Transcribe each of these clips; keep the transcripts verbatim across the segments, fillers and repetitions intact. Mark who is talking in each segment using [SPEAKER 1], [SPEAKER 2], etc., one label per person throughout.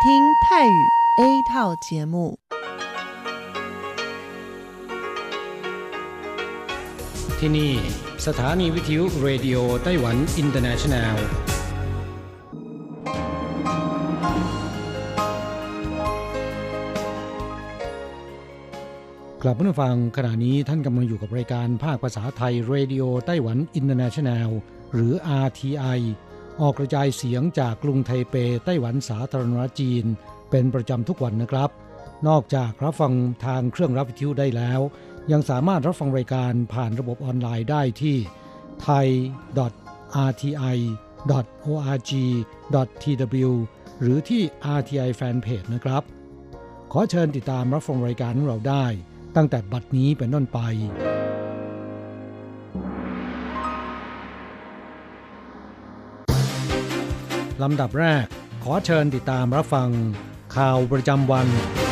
[SPEAKER 1] 听泰语 A 套节目。
[SPEAKER 2] ที่นี่สถานีวิทยุเรดิโอไต้หวันอินเตอร์เนชั่นแนลกลับมาฟังขณะนี้ท่านกำลังอยู่กับรายการภาคภาษาไทยเรดิโอไต้หวันอินเตอร์เนชั่นแนลหรือ อาร์ ที ไอ ออกกระจายเสียงจากกรุงไทเปไต้หวันสาธารณรัฐจีนเป็นประจำทุกวันนะครับนอกจากรับฟังทางเครื่องรับวิทยุได้แล้วยังสามารถรับฟังรายการผ่านระบบออนไลน์ได้ที่ ไทย ดอท อาร์ ที ไอ ดอท โอ อาร์ จี ดอท ที ดับเบิลยู หรือที่ อาร์ ที ไอ Fanpage นะครับขอเชิญติดตามรับฟังรายการของเราได้ตั้งแต่บัดนี้เป็นต้นไปลำดับแรกขอเชิญติดตามรับฟังข่าวประจำวัน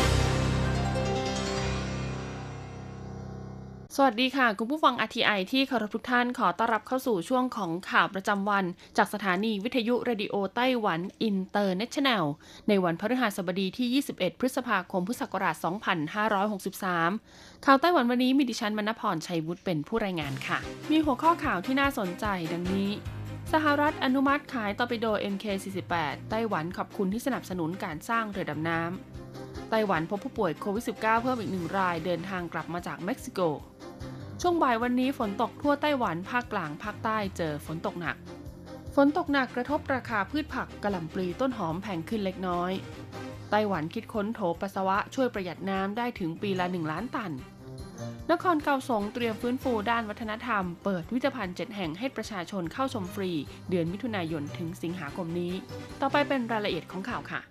[SPEAKER 3] สวัสดีค่ะคุณผู้ฟัง อาร์ ที ไอ ที่เคารพทุกท่านขอต้อนรับเข้าสู่ช่วงของข่าวประจำวันจากสถานีวิทยุเรดิโอไต้หวันอินเตอร์เนชั่นแนลในวันพฤหัสบดีที่ยี่สิบเอ็ดพฤษภาคมพุทธศักราชสองพันห้าร้อยหกสิบสามข่าวไต้หวันวันนี้มีดิฉันมณพรชัยวุฒิเป็นผู้รายงานค่ะมีหัวข้อข่าวที่น่าสนใจดังนี้สหรัฐอนุมัติขายตอร์ปิโด เอ็ม เค สี่สิบแปด ไต้หวันขอบคุณที่สนับสนุนการสร้างเรือดำน้ำไต้หวันพบผู้ป่วยโควิด สิบเก้า เพิ่มอีกหนึ่งรายเดินทางกลับมาจากเม็กซิโกช่วงบ่ายวันนี้ฝนตกทั่วไต้หวันภาคกลางภาคใต้เจอฝนตกหนักฝนตกหนักกระทบราคาพืชผักกะหล่ำปลีต้นหอมแพงขึ้นเล็กน้อยไต้หวันคิดค้นโถปัสสาวะช่วยประหยัดน้ำได้ถึงปีละหนึ่งล้านตันนครเกาสงเตรียมฟื้นฟูด้านวัฒนธรรมเปิดพิพิธภัณฑ์เจ็ดแห่งให้ประชาชนเข้าชมฟรีเดือนมิถุนายนถึงสิงหาคมนี้ต่อไปเป็นรายละเอียดของข่าวค่ะ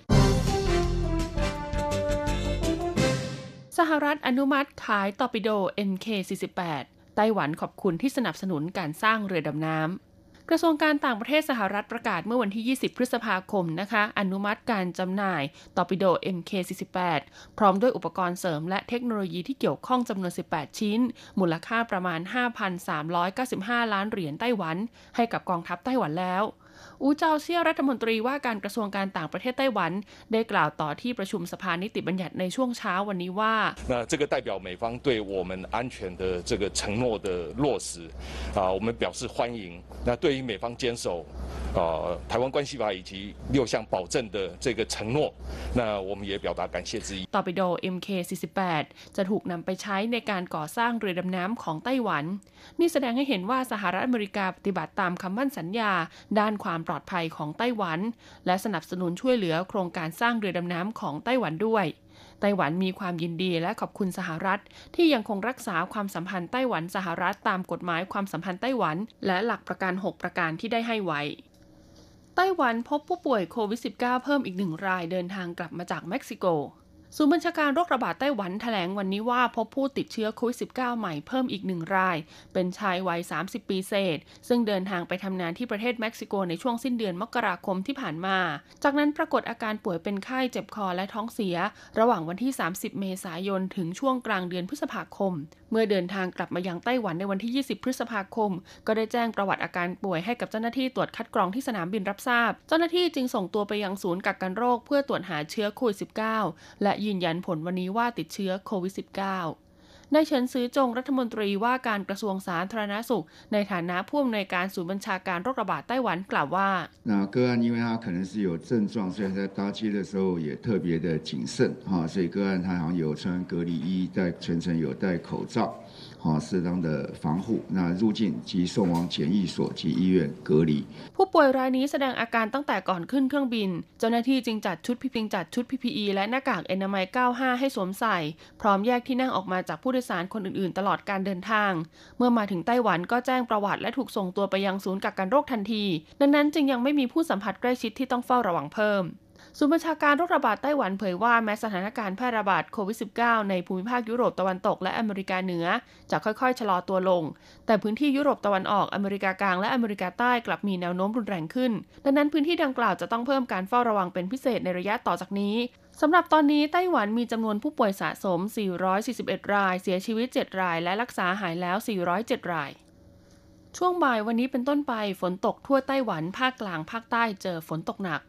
[SPEAKER 3] สหรัฐอนุมัติขายตอร์ปิโด เอ็ม เค สี่สิบแปด ไต้หวันขอบคุณที่สนับสนุนการสร้างเรือดำน้ำกระทรวงการต่างประเทศสหรัฐประกาศเมื่อวันที่ยี่สิบพฤษภาคมนะคะอนุมัติการจำหน่ายตอร์ปิโด เอ็ม เค สี่สิบแปด พร้อมด้วยอุปกรณ์เสริมและเทคโนโลยีที่เกี่ยวข้องจำนวนสิบแปดชิ้นมูลค่าประมาณ ห้าพันสามร้อยเก้าสิบห้า ล้านเหรียญไต้หวันให้กับกองทัพไต้หวันแล้วอูเจาเซี่ยรัฐมนตรีว่าการกระทรวงการต่างประเทศไต้หวันได้กล่าวต่อที่ประชุมสภานิติบัญญัติในช่วงเช้าวันนี้ว่า
[SPEAKER 4] 那这个代表美方对我们安全的这个承诺的落实啊，我们表示欢迎。那对于美方坚守啊台湾关系法以及六项保证的这个承诺，那我们也表达感谢之意。
[SPEAKER 3] ตอร์ปิโด เอ็ม เค สี่สิบแปด จะถูกนำไปใช้ในการก่อสร้างเรือดำน้ำของไต้หวันนี่แสดงให้เห็นว่าสหรัฐอเมริกาปฏิบัติตามคำมั่นสัญญาด้านความปลอดภัยของไต้หวันและสนับสนุนช่วยเหลือโครงการสร้างเรือดำน้ำของไต้หวันด้วยไต้หวันมีความยินดีและขอบคุณสหรัฐที่ยังคงรักษาความสัมพันธ์ไต้หวันสหรัฐตามกฎหมายความสัมพันธ์ไต้หวันและหลักประกันหกประการที่ได้ให้ไว้ไต้หวันพบผู้ป่วยโควิด สิบเก้า เพิ่มอีกหนึ่งรายเดินทางกลับมาจากเม็กซิโกศูนย์บัญชาการโรคระบาดไต้หวันแถลงวันนี้ว่าพบผู้ติดเชื้อโควิด สิบเก้า ใหม่เพิ่มอีกหนึ่งรายเป็นชายวัยสามสิบปีเศษซึ่งเดินทางไปทำงานที่ประเทศเม็กซิโกในช่วงสิ้นเดือนมกราคมที่ผ่านมาจากนั้นปรากฏอาการป่วยเป็นไข้เจ็บคอและท้องเสียระหว่างวันที่สามสิบเมษายนถึงช่วงกลางเดือนพฤษภาคมเมื่อเดินทางกลับมายังไต้หวันในวันที่ยี่สิบพฤษภาคมก็ได้แจ้งประวัติอาการป่วยให้กับเจ้าหน้าที่ตรวจคัดกรองที่สนามบินรับทราบเจ้าหน้าที่จึงส่งตัวไปยังศูนย์กักกันโรคเพื่อตรวจหาเชื้อโควิด สิบเก้า และยืนยันผลวันนี้ว่าติดเชื้อโควิด สิบเก้านายเฉินซือจงรัฐมนตรีว่าการกระทรวงสาธารณสุขในฐานะผู้อำนวยการศูนย์บัญชาการโรคระบาดไต้หวันกล่าวว่า
[SPEAKER 5] 那个案因为他可能是有症状所以在搭机的时候也特别的谨慎所以个案他好像有穿隔离衣在全程有戴口罩适当的防护那入境及送往检疫所及医院隔离
[SPEAKER 3] ผู้ป่วยรายนี้แสดงอาการตั้งแต่ก่อนขึ้นเครื่องบินเจ้าหน้าที่จึงจัดชุดพิพิงจัดชุด พี พี อี และหน้ากากอนามัยเก้าสิบห้าให้สวมใส่พร้อมแยกที่นั่งออกมาจากผู้โดยสารคนอื่นๆตลอดการเดินทางเมื่อมาถึงไต้หวันก็แจ้งประวัติและถูกส่งตัวไปยังศูนย์กักกันโรคทันทีดังนั้นจึงยังไม่มีผู้สัมผัสใกล้ชิดที่ต้องเฝ้าระวังเพิ่มศูนย์บัญชาการโรคระบาดไต้หวันเผยว่าแม้สถานการณ์แพร่ระบาดโควิด สิบเก้า ในภูมิภาคยุโรปตะวันตกและอเมริกาเหนือจะค่อยๆชะลอตัวลงแต่พื้นที่ยุโรปตะวันออกอเมริกากลางและอเมริกาใต้กลับมีแนวโน้มรุนแรงขึ้นดังนั้นพื้นที่ดังกล่าวจะต้องเพิ่มการเฝ้าระวังเป็นพิเศษในระยะต่อจากนี้สำหรับตอนนี้ไต้หวันมีจำนวนผู้ป่วยสะสมสี่ร้อยสี่สิบเอ็ดรายเสียชีวิตเจ็ดรายและรักษาหายแล้วสี่ร้อยเจ็ดรายช่วงบ่ายวันนี้เป็นต้นไปฝนตกทั่วไต้หวันภาคกลางภาคใต้เจอฝนตกหนัก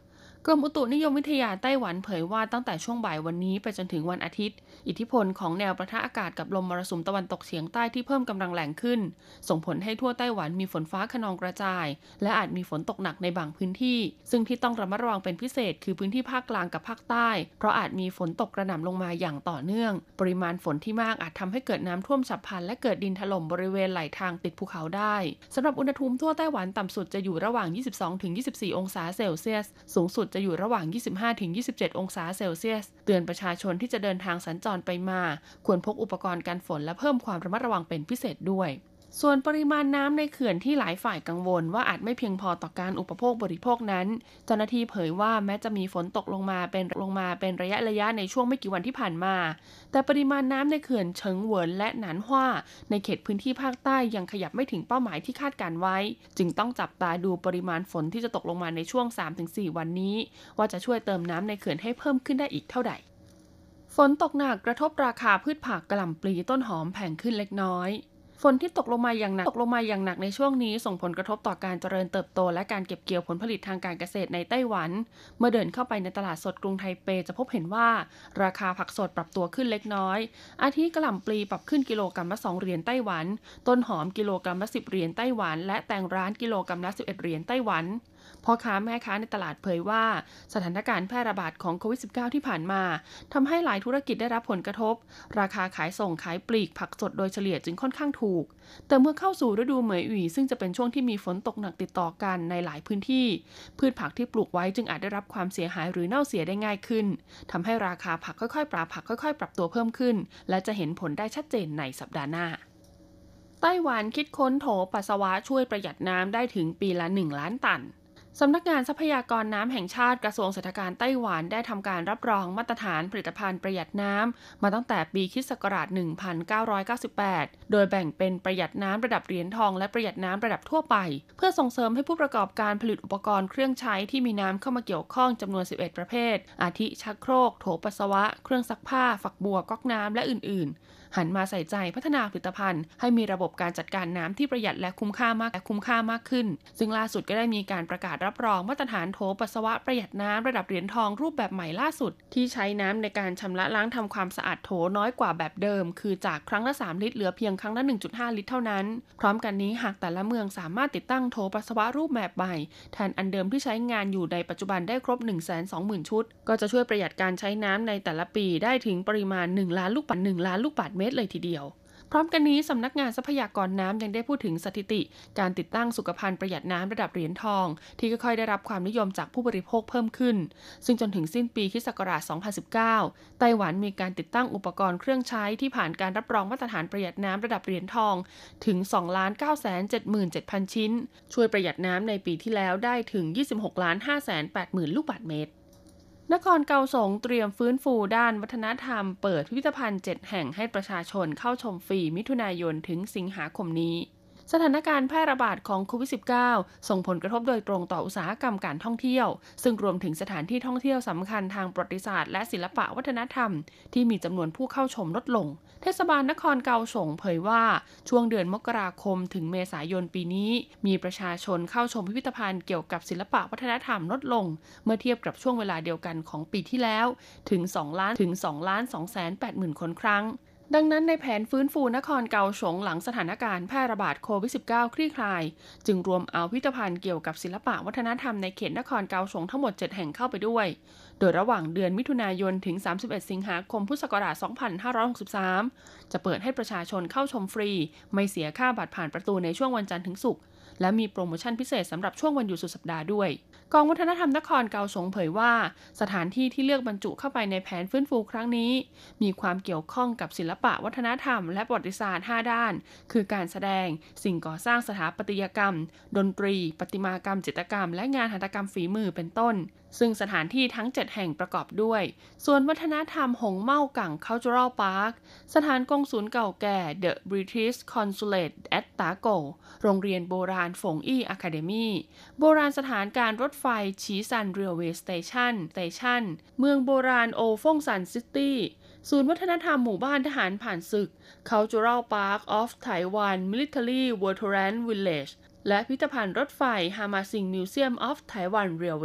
[SPEAKER 3] กรมอุตุนิยมวิทยาไต้หวันเผยว่าตั้งแต่ช่วงบ่ายวันนี้ไปจนถึงวันอาทิตย์อิทธิพลของแนวปะทะอากาศกับลมมรสุมตะวันตกเฉียงใต้ที่เพิ่มกำลังแรงขึ้นส่งผลให้ทั่วไต้หวันมีฝนฟ้าคะนองกระจายและอาจมีฝนตกหนักในบางพื้นที่ซึ่งที่ต้องระมัดระวังเป็นพิเศษคือพื้นที่ภาคกลางกับภาคใต้เพราะอาจมีฝนตกกระหน่ำลงมาอย่างต่อเนื่องปริมาณฝนที่มากอาจทำให้เกิดน้ำท่วมฉับพลันและเกิดดินถล่มบริเวณไหลทางติดภูเขาได้สำหรับอุณหภูมิทั่วไต้หวันต่ำสุดจะอยู่ระหว่าง ยี่สิบสองถึงยี่สิบสี่ องศาเซลเซียสสูงสุดจะอยู่ระหว่าง ยี่สิบห้าถึงยี่สิบเจ็ด องศาเซลเซียสเตือนประชาชนที่จะเดินทางสัญจรไปมาควรพกอุปกรณ์กันฝนและเพิ่มความระมัดระวังเป็นพิเศษด้วยส่วนปริมาณน้ำในเขื่อนที่หลายฝ่ายกังวลว่าอาจไม่เพียงพอต่อการอุปโภคบริโภคนั้นเจ้าหน้าที่เผยว่าแม้จะมีฝนตกลงมาเป็นลงมาเป็นระยะระยะในช่วงไม่กี่วันที่ผ่านมาแต่ปริมาณน้ำในเขื่อนเฉิงเหวินและหนานฮวาในเขตพื้นที่ภาคใต้ยังขยับไม่ถึงเป้าหมายที่คาดการไว้จึงต้องจับตาดูปริมาณฝนที่จะตกลงมาในช่วง สามถึงสี่ วันนี้ว่าจะช่วยเติมน้ำในเขื่อนให้เพิ่มขึ้นได้อีกเท่าใดฝนตกหนักกระทบราคาพืชผักกะหล่ำปลีต้นหอมแพงขึ้นเล็กน้อยฝนที่ตกลงมาอย่างหนักตกลงมาอย่างหนักในช่วงนี้ส่งผลกระทบต่อการเจริญเติบโตและการเก็บเกี่ยวผลผลิตทางการเกษตรในไต้หวันเมื่อเดินเข้าไปในตลาดสดกรุงไทเปจะพบเห็นว่าราคาผักสดปรับตัวขึ้นเล็กน้อยอาทิกะหล่ำปลีปรับขึ้นกิโลกรัมละสองเหรียญไต้หวันต้นหอมกิโลกรัมละสิบเหรียญไต้หวันและแตงร้านกิโลกรัมละสิบเอ็ดเหรียญไต้หวันพ่อค้าแม่ค้าในตลาดเผยว่าสถานการณ์แพร่ระบาดของโควิด สิบเก้า ที่ผ่านมาทำให้หลายธุรกิจได้รับผลกระทบราคาขายส่งขายปลีกผักสดโดยเฉลี่ยจึงค่อนข้างถูกแต่เมื่อเข้าสู่ฤดูเหมยหวี่ซึ่งจะเป็นช่วงที่มีฝนตกหนักติดต่อกันในหลายพื้นที่พืชผักที่ปลูกไว้จึงอาจได้รับความเสียหายหรือเน่าเสียได้ง่ายขึ้นทำให้ราคาผักค่อยๆปรับผักค่อยๆปรับตัวเพิ่มขึ้นและจะเห็นผลได้ชัดเจนในสัปดาห์หน้าไต้หวันคิดค้นโถปัสสาวะช่วยประหยัดน้ำได้ถึงปีละหนึ่งล้านตันสำนักงานทรัพยากรน้ำแห่งชาติกระทรวงเศรษฐกิจไต้หวันได้ทำการรับรองมาตรฐานผลิตภัณฑ์ประหยัดน้ำมาตั้งแต่ปีค.ศ. หนึ่งพันเก้าร้อยเก้าสิบแปดโดยแบ่งเป็นประหยัดน้ำระดับเหรียญทองและประหยัดน้ำระดับทั่วไปเพื่อส่งเสริมให้ผู้ประกอบการผลิตอุปกรณ์เครื่องใช้ที่มีน้ำเข้ามาเกี่ยวข้องจำนวนสิบเอ็ดประเภทอาทิชักโครกโถปัสสาวะเครื่องซักผ้าฝักบัวก๊อกน้ำและอื่นๆหันมาใส่ใจพัฒนาผลิตภัณฑ์ให้มีระบบการจัดการน้ำที่ประหยัดและคุ้มค่ามากและคุ้มค่ามากขึ้นซึ่งล่าสุดก็ได้มีการประกาศรับรองมาตรฐานโถปัสสาวะประหยัดน้ำระดับเหรียญทองรูปแบบใหม่ล่าสุดที่ใช้น้ำในการชำระล้างทำความสะอาดโถน้อยกว่าแบบเดิมคือจากครั้งละสามลิตรเหลือเพียงครั้งละ หนึ่งจุดห้า ลิตรเท่านั้นพร้อมกันนี้หากแต่ละเมืองสามารถติดตั้งโถปัสสาวะรูปแบบใหม่แทนอันเดิมที่ใช้งานอยู่ในปัจจุบันได้ครบ หนึ่งแสนสองหมื่น ชุดก็จะช่วยประหยัดการใช้น้ำในแต่ละปีได้ถึงปริมาณหนึ่งล้านลูกบาศก์หนึ่งล้านลูกบาศก์เมตรเลยทีเดียวพร้อมกันนี้สำนักงานทรัพยากรน้ำยังได้พูดถึงสถิติการติดตั้งสุขภัณฑ์ประหยัดน้ำระดับเหรียญทองที่ค่อยๆได้รับความนิยมจากผู้บริโภคเพิ่มขึ้นซึ่งจนถึงสิ้นปีค.ศ. สองพันสิบเก้าไต้หวันมีการติดตั้งอุปกรณ์เครื่องใช้ที่ผ่านการรับรองมาตรฐานประหยัดน้ำระดับเหรียญทองถึง สองล้านเก้าแสนเจ็ดหมื่นเจ็ดพัน ชิ้นช่วยประหยัดน้ำในปีที่แล้วได้ถึง ยี่สิบหกล้านห้าแสนแปดหมื่น ลูกบาศก์เมตรนครเกาสงเตรียมฟื้นฟูด้านวัฒนธรรมเปิดพิพิธภัณฑ์เจ็ดแห่งให้ประชาชนเข้าชมฟรีมิถุนายนถึงสิงหาคมนี้สถานการณ์แพร่ระบาดของโควิด สิบเก้า ส่งผลกระทบโดยตรงต่ออุตสาหกรรมการท่องเที่ยวซึ่งรวมถึงสถานที่ท่องเที่ยวสำคัญทางประวัติศาสตร์และศิลปะวัฒนธรรมที่มีจำนวนผู้เข้าชมลดลงเทศบาลนครเกาสงเผยว่าช่วงเดือนมกราคมถึงเมษายนปีนี้มีประชาชนเข้าชมพิพิธภัณฑ์เกี่ยวกับศิลปะวัฒนธรรมลดลงเมื่อเทียบกับช่วงเวลาเดียวกันของปีที่แล้วถึงสองล้านถึงสองล้านสองแสนแปดหมื่นคนครั้งดังนั้นในแผนฟื้นฟูนครเกาสงหลังสถานการณ์แพร่ระบาดโควิด สิบเก้า คลี่คลายจึงรวมเอาพิพิธภัณฑ์เกี่ยวกับศิลปะวัฒนธรรมในเขตนครเกาสงทั้งหมดเจ็ดแห่งเข้าไปด้วยโดยระหว่างเดือนมิถุนายนถึงสามสิบเอ็ดสิงหาคมพุทธศักราชสองพันห้าร้อยหกสิบสามจะเปิดให้ประชาชนเข้าชมฟรีไม่เสียค่าบัตรผ่านประตูในช่วงวันจันทร์ถึงศุกร์และมีโปรโมชั่นพิเศษสำหรับช่วงวันหยุดสุดสัปดาห์ด้วยกองวัฒนธรรมนครเกาสงเผยว่าสถานที่ที่เลือกบรรจุเข้าไปในแผนฟื้นฟูครั้งนี้มีความเกี่ยวข้องกับศิลปะวัฒนธรรมและประวัติศาสตร์ห้าด้านคือการแสดงสิ่งก่อสร้างสถาปัตยกรรมดนตรีประติมากรรมจิตรกรรมและงานหัตถกรรมฝีมือเป็นต้นซึ่งสถานที่ทั้งเจ็ดแห่งประกอบด้วยส่วนวัฒนธรรมหงเม่ากั่ง Cultural Park สถานกงสุลเก่าแก่ The British Consulate at Tago โรงเรียนโบราณฝงอี้ Academy โบราณสถานการรถไฟฉีซัน Railway Station Station เมืองโบราณโอฟ่งซันซิตี้ศูนย์วัฒนธรรมหมู่บ้านทหารผ่านศึก Cultural Park of Taiwan Military Veteran Village และพิพิธภัณฑ์รถไฟ Hamasing Museum of Taiwan Railway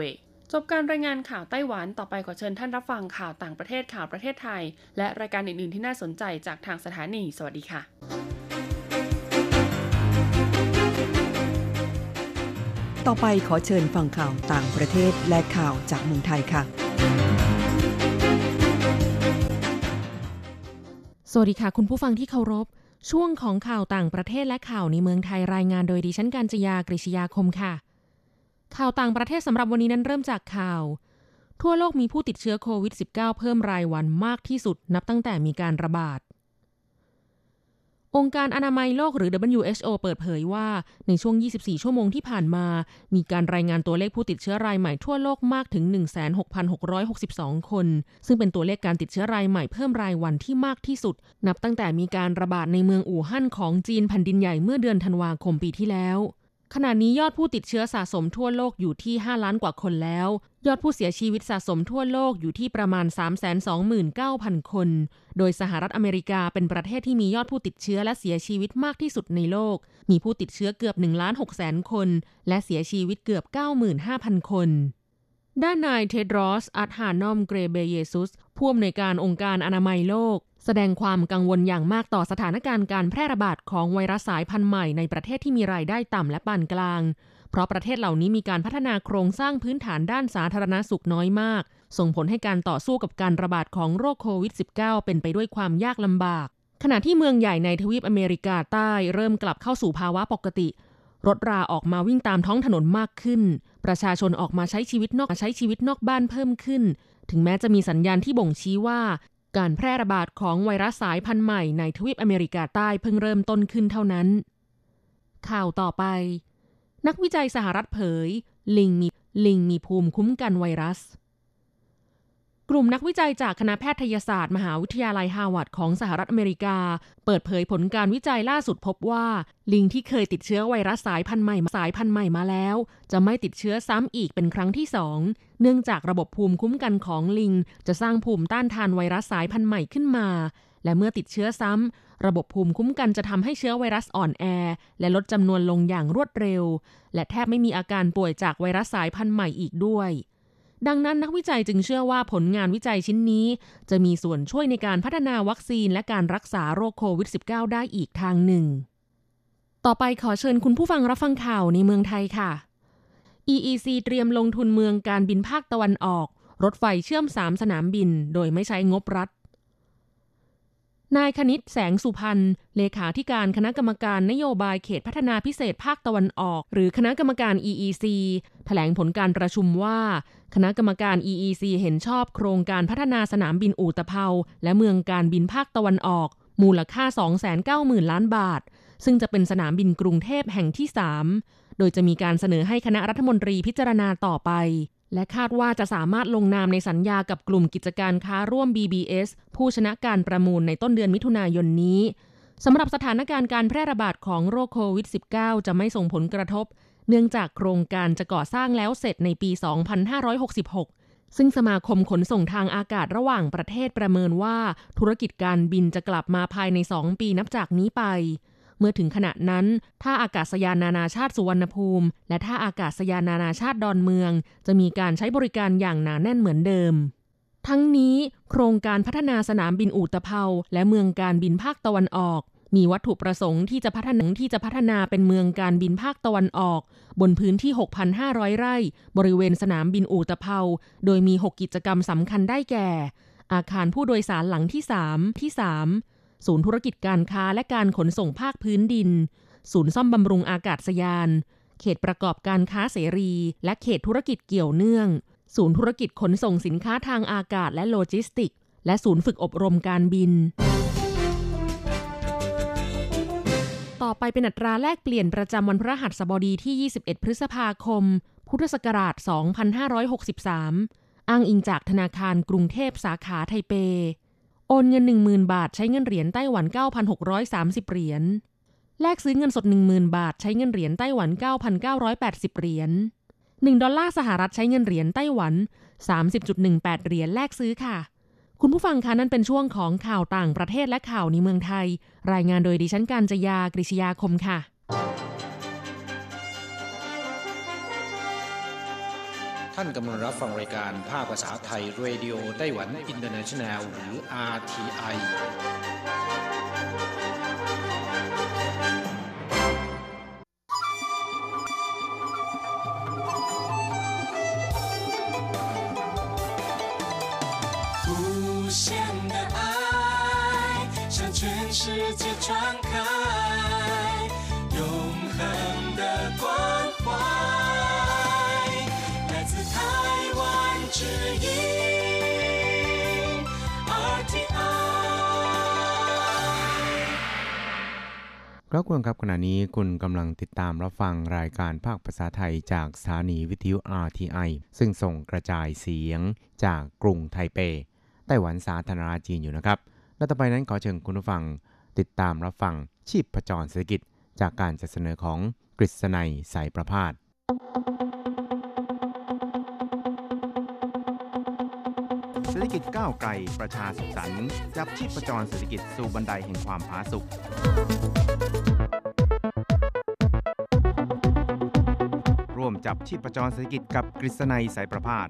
[SPEAKER 3] จบการรายงานข่าวไต้หวันต่อไปขอเชิญท่านรับฟังข่าวต่างประเทศข่าวประเทศไทยและรายการอื่นๆที่น่าสนใจจากทางสถานีสวัสดีค่ะ
[SPEAKER 6] ต่อไปขอเชิญฟังข่าวต่างประเทศและข่าวจากเมืองไทยค่ะ
[SPEAKER 7] สวัสดีค่ะคุณผู้ฟังที่เคารพช่วงของข่าวต่างประเทศและข่าวในเมืองไทยรายงานโดยดิฉันกัญจยากฤษยาคมค่ะข่าวต่างประเทศสำหรับวันนี้นั้นเริ่มจากข่าวทั่วโลกมีผู้ติดเชื้อโควิด สิบเก้า เพิ่มรายวันมากที่สุดนับตั้งแต่มีการระบาดองค์การอนามัยโลกหรือ ดับเบิลยู เอช โอ เปิดเผยว่าในช่วงยี่สิบสี่ชั่วโมงที่ผ่านมามีการรายงานตัวเลขผู้ติดเชื้อรายใหม่ทั่วโลกมากถึง หนึ่งแสนหกพันหกร้อยหกสิบสอง คนซึ่งเป็นตัวเลขการติดเชื้อรายใหม่เพิ่มรายวันที่มากที่สุดนับตั้งแต่มีการระบาดในเมืองอู่ฮั่นของจีนแผ่นดินใหญ่เมื่อเดือนธันวาคมปีที่แล้วขณะนี้ยอดผู้ติดเชื้อสะสมทั่วโลกอยู่ที่ห้าล้านกว่าคนแล้วยอดผู้เสียชีวิตสะสมทั่วโลกอยู่ที่ประมาณ สามแสนสองหมื่นเก้าพัน คนโดยสหรัฐอเมริกาเป็นประเทศที่มียอดผู้ติดเชื้อและเสียชีวิตมากที่สุดในโลกมีผู้ติดเชื้อเกือบ หนึ่งล้านหกแสน คนและเสียชีวิตเกือบ เก้าหมื่นห้าพัน คนด้านนายเทดรอส อัดฮานอม เกรเบเยซุสผู้อำนวยการองค์การอนามัยโลกแสดงความกังวลอย่างมากต่อสถานการณ์การแพร่ระบาดของไวรัสสายพันธุ์ใหม่ในประเทศที่มีรายได้ต่ำและปานกลางเพราะประเทศเหล่านี้มีการพัฒนาโครงสร้างพื้นฐานด้านสาธารณสุขน้อยมากส่งผลให้การต่อสู้กับการระบาดของโรคโควิด สิบเก้า เป็นไปด้วยความยากลำบากขณะที่เมืองใหญ่ในทวีปอเมริกาใต้เริ่มกลับเข้าสู่ภาวะปกติรถราออกมาวิ่งตามท้องถนนมากขึ้นประชาชนออกมาใช้ชีวิตนอกใช้ชีวิตนอกบ้านเพิ่มขึ้นถึงแม้จะมีสัญญาณที่บ่งชี้ว่าการแพร่ระบาดของไวรัสสายพันธุ์ใหม่ในทวีปอเมริกาใต้เพิ่งเริ่มต้นขึ้นเท่านั้นข่าวต่อไปนักวิจัยสหรัฐเผยลิงมีลิงมีภูมิคุ้มกันไวรัสกลุ่มนักวิจัยจากคณะแพทยศาสตร์มหาวิทยาลัยฮาร์วาร์ดของสหรัฐอเมริกาเปิดเผยผลการวิจัยล่าสุดพบว่าลิงที่เคยติดเชื้อไวรัสสายพันธุ์ใหม่สายพันธุ์ใหม่มาแล้วจะไม่ติดเชื้อซ้ำอีกเป็นครั้งที่สองเนื่องจากระบบภูมิคุ้มกันของลิงจะสร้างภูมิต้านทานไวรัสสายพันธุ์ใหม่ขึ้นมาและเมื่อติดเชื้อซ้ำระบบภูมิคุ้มกันจะทำให้เชื้อไวรัสอ่อนแอและลดจำนวนลงอย่างรวดเร็วและแทบไม่มีอาการป่วยจากไวรัสสายพันธุ์ใหม่อีกด้วยดังนั้นนักวิจัยจึงเชื่อว่าผลงานวิจัยชิ้นนี้จะมีส่วนช่วยในการพัฒนาวัคซีนและการรักษาโรคโควิด สิบเก้า ได้อีกทางหนึ่งต่อไปขอเชิญคุณผู้ฟังรับฟังข่าวในเมืองไทยค่ะ อี อี ซี เตรียมลงทุนเมืองการบินภาคตะวันออกรถไฟเชื่อมสามสนามบินโดยไม่ใช้งบรัฐนายคณิตแสงสุพรรณเลขาธิการคณะกรรมการนโยบายเขตพัฒนาพิเศษภาคตะวันออกหรือคณะกรรมการ อี อี ซี แถลงผลการประชุมว่าคณะกรรมการ อี อี ซี เห็นชอบโครงการพัฒนาสนามบินอู่ตะเภาและเมืองการบินภาคตะวันออกมูลค่า สองแสนเก้าหมื่น ล้านบาทซึ่งจะเป็นสนามบินกรุงเทพแห่งที่สามโดยจะมีการเสนอให้คณะรัฐมนตรีพิจารณาต่อไปและคาดว่าจะสามารถลงนามในสัญญากับกลุ่มกิจการค้าร่วม บี บี เอส ผู้ชนะการประมูลในต้นเดือนมิถุนายนนี้สำหรับสถานการณ์การแพร่ระบาดของโรคโควิด สิบเก้า จะไม่ส่งผลกระทบเนื่องจากโครงการจะก่อสร้างแล้วเสร็จในปี สองพันห้าร้อยหกสิบหก ซึ่งสมาคมขนส่งทางอากาศระหว่างประเทศประเมินว่าธุรกิจการบินจะกลับมาภายในสองปีนับจากนี้ไปเมื่อถึงขณะนั้นท่าอากาศยานนานาชาติสุวรรณภูมิและท่าอากาศยานนานาชาติดอนเมืองจะมีการใช้บริการอย่างหนาแน่นเหมือนเดิมทั้งนี้โครงการพัฒนาสนามบินอู่ตะเภาและเมืองการบินภาคตะวันออกมีวัตถุประสงค์ที่จะพัฒนาที่จะพัฒนาเป็นเมืองการบินภาคตะวันออกบนพื้นที่ หกพันห้าร้อย ไร่บริเวณสนามบินอู่ตะเภาโดยมีหกกิจกรรมสำคัญได้แก่อาคารผู้โดยสารหลังที่สามที่สามศูนย์ธุรกิจการค้าและการขนส่งภาคพื้นดินศูนย์ซ่อมบำรุงอากาศยานเขตประกอบการค้าเสรีและเขตธุรกิจเกี่ยวเนื่องศูนย์ธุรกิจขนส่งสินค้าทางอากาศและโลจิสติกส์และศูนย์ฝึกอบรมการบินต่อไปเป็นอัตราแลกเปลี่ยนประจำวันพฤหัสบดีที่ยี่สิบเอ็ดพฤษภาคมพุทธศักราชสองพันห้าร้อยหกสิบสามอ้างอิงจากธนาคารกรุงเทพสาขาไทเปโอนเงิน หนึ่งหมื่น บาทใช้เงินเหรียญไต้หวัน เก้าพันหกร้อยสามสิบ เหรียญแลกซื้อเงินสด หนึ่งหมื่น บาทใช้เงินเหรียญไต้หวัน เก้าพันเก้าร้อยแปดสิบ เหรียญหนึ่งดอลลาร์สหรัฐใช้เงินเหรียญไต้หวัน สามสิบจุดหนึ่งแปด เหรียญแลกซื้อค่ะคุณผู้ฟังคะนั่นเป็นช่วงของข่าวต่างประเทศและข่าวในเมืองไทยรายงานโดยดิฉันกัญจยากฤษยาคมค่ะ
[SPEAKER 2] ท่านกำลังรับฟังรายการภาคภาษาไทย Radio ไต้หวัน International หรือ อาร์ ที ไอ
[SPEAKER 8] 世界传开永恒的关怀来自台湾之音 อาร์ ที ไอ
[SPEAKER 9] ครับคุณครับขณะนี้คุณกำลังติดตามรับฟังรายการภาคภาษาไทยจากสถานีวิทยุ อาร์ ที ไอ ซึ่งส่งกระจายเสียงจากกรุงไทเปไต้หวันสาธารณรัฐจีนอยู่นะครับและต่อไปนั้นขอเชิญคุณผู้ฟังติดตามรับฟังชีพจรเศรษฐกิจจากการจัดเสนอของกฤษณัยสายประภาสเศรษฐกิจก้าวไกลประชาสุขสันต์จับชีพจรเศรษฐกิจสู่บันไดแห่งความผาสุกร่วมจับชีพจรเศรษฐกิจกับกฤษณัยสายประภาส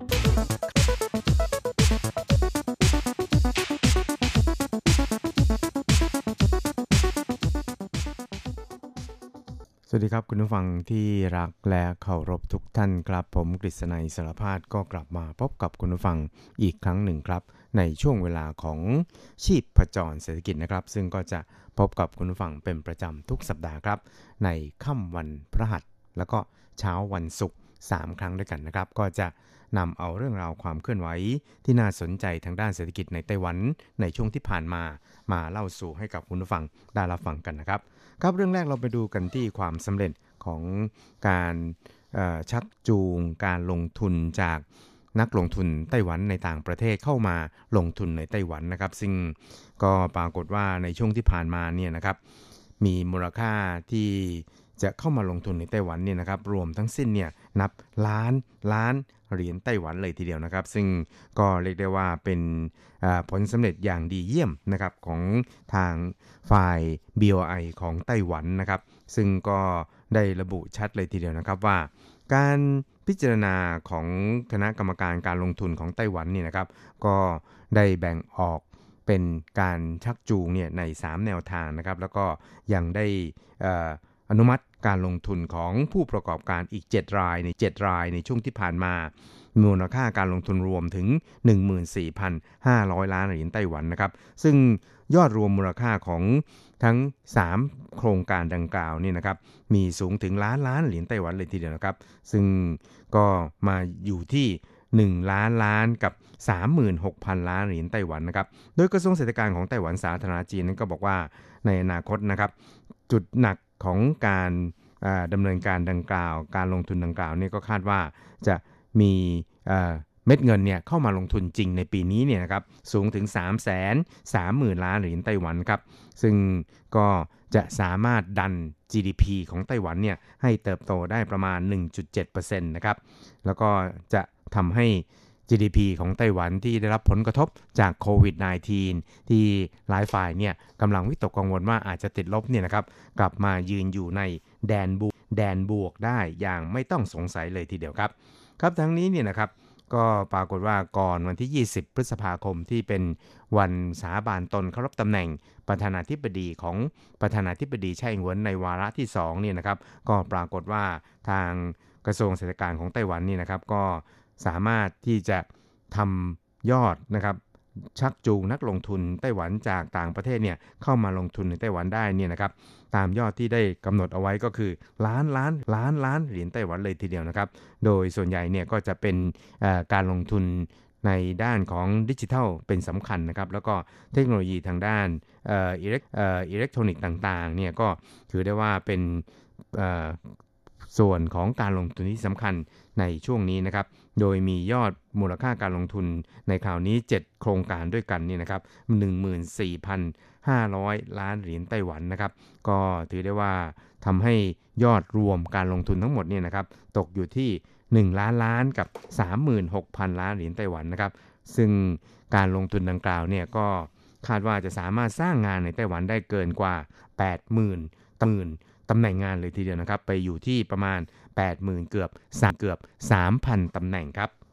[SPEAKER 9] สวัสดีครับคุณผู้ฟังที่รักและเคารพทุกท่านครับผมกฤษณัยสารพาสก็กลับมาพบกับคุณผู้ฟังอีกครั้งหนึ่งครับในช่วงเวลาของชีพจรเศรษฐกิจนะครับซึ่งก็จะพบกับคุณผู้ฟังเป็นประจำทุกสัปดาห์ครับในค่ำวันพฤหัสแล้วก็เช้าวันศุกร์สามครั้งด้วยกันนะครับก็จะนำเอาเรื่องราวความเคลื่อนไหวที่น่าสนใจทางด้านเศรษฐกิจในไต้หวันในช่วงที่ผ่านมามาเล่าสู่ให้กับคุณผู้ฟังได้รับฟังกันนะครับครับเรื่องแรกเราไปดูกันที่ความสำเร็จของการชักจูงการลงทุนจากนักลงทุนไต้หวันในต่างประเทศเข้ามาลงทุนในไต้หวันนะครับซึ่งก็ปรากฏว่าในช่วงที่ผ่านมาเนี่ยนะครับมีมูลค่าที่จะเข้ามาลงทุนในไต้หวันเนี่ยนะครับรวมทั้งสิ้นเนี่ยนับล้านล้านเหรียญไต้หวันเลยทีเดียวนะครับซึ่งก็เรียกได้ว่าเป็นผลสำเร็จอย่างดีเยี่ยมนะครับของทางฝ่าย บี โอ ไอ ของไต้หวันนะครับซึ่งก็ได้ระบุชัดเลยทีเดียวนะครับว่าการพิจารณาของคณะกรรมการการลงทุนของไต้หวันเนี่ยนะครับก็ได้แบ่งออกเป็นการชักจูงเนี่ยในสามแนวทางนะครับแล้วก็ยังได้อนุมัติการลงทุนของผู้ประกอบการอีกเจ็ดรายในเจ็ดรายในช่วงที่ผ่านมามูลค่าการลงทุนรวมถึง หนึ่งหมื่นสี่พันห้าร้อย ล้านเหรียญไต้หวันนะครับซึ่งยอดรวมมูลค่าของทั้งสามโครงการดังกล่าวนี่นะครับมีสูงถึงล้านล้านเหรียญไต้หวันเลยทีเดียวนะครับซึ่งก็มาอยู่ที่หนึ่งล้านล้านกับ สามหมื่นหกพัน ล้านเหรียญไต้หวันนะครับโดยกระทรวงเศรษฐกิจของไต้หวันสาธารณรัฐจีนนั้นก็บอกว่าในอนาคตนะครับจุดหนักของการดำเนินการดังกล่าวการลงทุนดังกล่าวนี่ก็คาดว่าจะมีเม็ดเงินเนี่ยเข้ามาลงทุนจริงในปีนี้เนี่ยนะครับสูงถึง สามแสนสามหมื่น ล้านเหรียญไต้หวันครับซึ่งก็จะสามารถดัน จี ดี พี ของไต้หวันเนี่ยให้เติบโตได้ประมาณ หนึ่งจุดเจ็ดเปอร์เซ็นต์ นะครับแล้วก็จะทำให้ จี ดี พี ของไต้หวันที่ได้รับผลกระทบจากโควิด สิบเก้า ที่หลายฝ่ายเนี่ยกำลังวิตกกังวลว่าอาจจะติดลบเนี่ยนะครับกลับมายืนอยู่ในแดนบวกแดนบวกได้อย่างไม่ต้องสงสัยเลยทีเดียวครับครับทั้งนี้เนี่ยนะครับก็ปรากฏว่าก่อนวันที่ยี่สิบพฤษภาคมที่เป็นวันสาบานตนเข้ารับตำแหน่งประธานาธิบดีของประธานาธิบดีไช่อิงเหวินในวาระที่สองเนี่ยนะครับก็ปรากฏว่าทางกระทรวงเศรษฐกิจของไต้หวันนี่นะครับก็สามารถที่จะทำยอดนะครับชักจูงนักลงทุนไต้หวันจากต่างประเทศเนี่ยเข้ามาลงทุนในไต้หวันได้เนี่ยนะครับตามยอดที่ได้กำหนดเอาไว้ก็คือล้านล้านล้านล้านเหรียญไต้หวันเลยทีเดียวนะครับโดยส่วนใหญ่เนี่ยก็จะเป็นการลงทุนในด้านของดิจิทัลเป็นสำคัญนะครับแล้วก็เทคโนโลยีทางด้านเอ่ออิเล็กเอ่ออิเล็กทรอนิกส์ต่างๆเนี่ยก็ถือได้ว่าเป็นเอ่อส่วนของการลงทุนที่สำคัญในช่วงนี้นะครับโดยมียอดมูลค่าการลงทุนในคราวนี้เจ็ดโครงการด้วยกันนี่นะครับ หนึ่งหมื่นสี่พันห้าร้อย ล้านเหรียญไต้หวันนะครับก็ถือได้ว่าทำให้ยอดรวมการลงทุนทั้งหมดเนี่ยนะครับตกอยู่ที่หนึ่งล้านล้านกับ สามหมื่นหกพัน ล้านเหรียญไต้หวันนะครับซึ่งการลงทุนดังกล่าวเนี่ยก็คาดว่าจะสามารถสร้างงานในไต้หวันได้เกินกว่า แปดหมื่น ตำแหน่งตำแหน่งงานเลยทีเดียวนะครับไปอยู่ที่ประมาณ แปดหมื่น เกือบ3เกือบ สามพัน ตำแหน่งครับ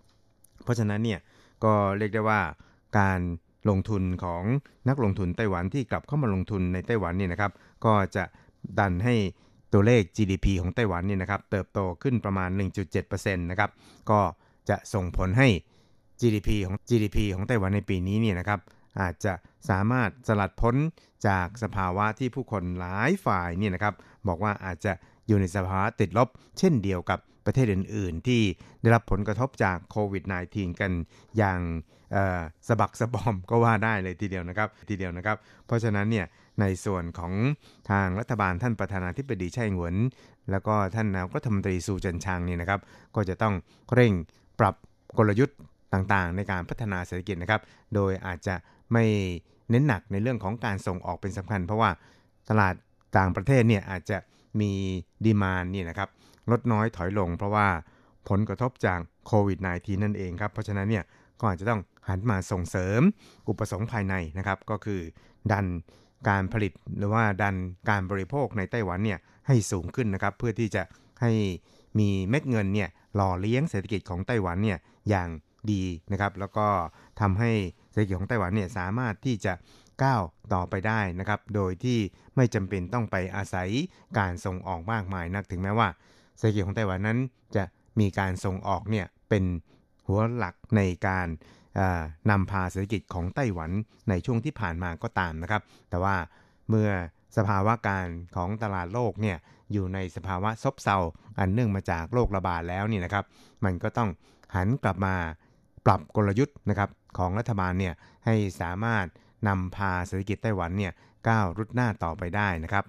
[SPEAKER 9] เพราะฉะนั้นเนี่ยก็เรียกได้ว่าการลงทุนของนักลงทุนไต้หวันที่กลับเข้ามาลงทุนในไต้หวันเนี่ยนะครับก็จะดันให้ตัวเลข จี ดี พี ของไต้หวันเนี่ยนะครับเติบโตขึ้นประมาณ หนึ่งจุดเจ็ดเปอร์เซ็นต์ นะครับก็จะส่งผลให้ จี ดี พี ของ จี ดี พี ของไต้หวันในปีนี้เนี่ยนะครับอาจจะสามารถสลัดพ้นจากสภาวะที่ผู้คนหลายฝ่ายเนี่ยนะครับบอกว่าอาจจะอยู่ในสภาวะติดลบเช่นเดียวกับประเทศอื่นๆที่ได้รับผลกระทบจากโควิด สิบเก้า กันอย่างสะบักสะบอมก็ว่าได้เลยทีเดียวนะครับทีเดียวนะครับเพราะฉะนั้นเนี่ยในส่วนของทางรัฐบาลท่านประธานาธิบดีไช่อิงเหวินแล้วก็ท่านนายกรัฐมนตรีซูเจินชางนี่นะครับก็จะต้องเร่งปรับกลยุทธ์ต่างๆในการพัฒนาเศรษฐกิจนะครับโดยอาจจะไม่เน้นหนักในเรื่องของการส่งออกเป็นสำคัญเพราะว่าตลาดต่างประเทศเนี่ยอาจจะมีดีมานด์นี่นะครับลดน้อยถอยลงเพราะว่าผลกระทบจากโควิด สิบเก้า นั่นเองครับเพราะฉะนั้นเนี่ยก็อาจจะต้องหันมาส่งเสริมอุปสงค์ภายในนะครับก็คือดันการผลิตหรือว่าดันการบริโภคในไต้หวันเนี่ยให้สูงขึ้นนะครับเพื่อที่จะให้มีเม็ดเงินเนี่ยหล่อเลี้ยงเศรษฐกิจของไต้หวันเนี่ยอย่างดีนะครับแล้วก็ทำให้เศรษฐกิจของไต้หวันเนี่ยสามารถที่จะก้าวต่อไปได้นะครับโดยที่ไม่จำเป็นต้องไปอาศัยการส่งออกมากมายนักถึงแม้ว่าเศรษฐกิจของไต้หวันนั้นจะมีการส่งออกเนี่ยเป็นหัวหลักในการนำพาเศรษฐกิจของไต้หวันในช่วงที่ผ่านมาก็ตามนะครับแต่ว่าเมื่อสภาวะการของตลาดโลกเนี่ยอยู่ในสภาวะซบเซาอันเนื่องมาจากโรคระบาดแล้วนี่นะครับมันก็ต้องหันกลับมาปรับกลยุทธ์นะครับของรัฐบาลเนี่ยให้สามารถนำพาเศรษฐกิจไต้หวันเนี่ยก้าวรุดหน้าต่อไปได้นะครับ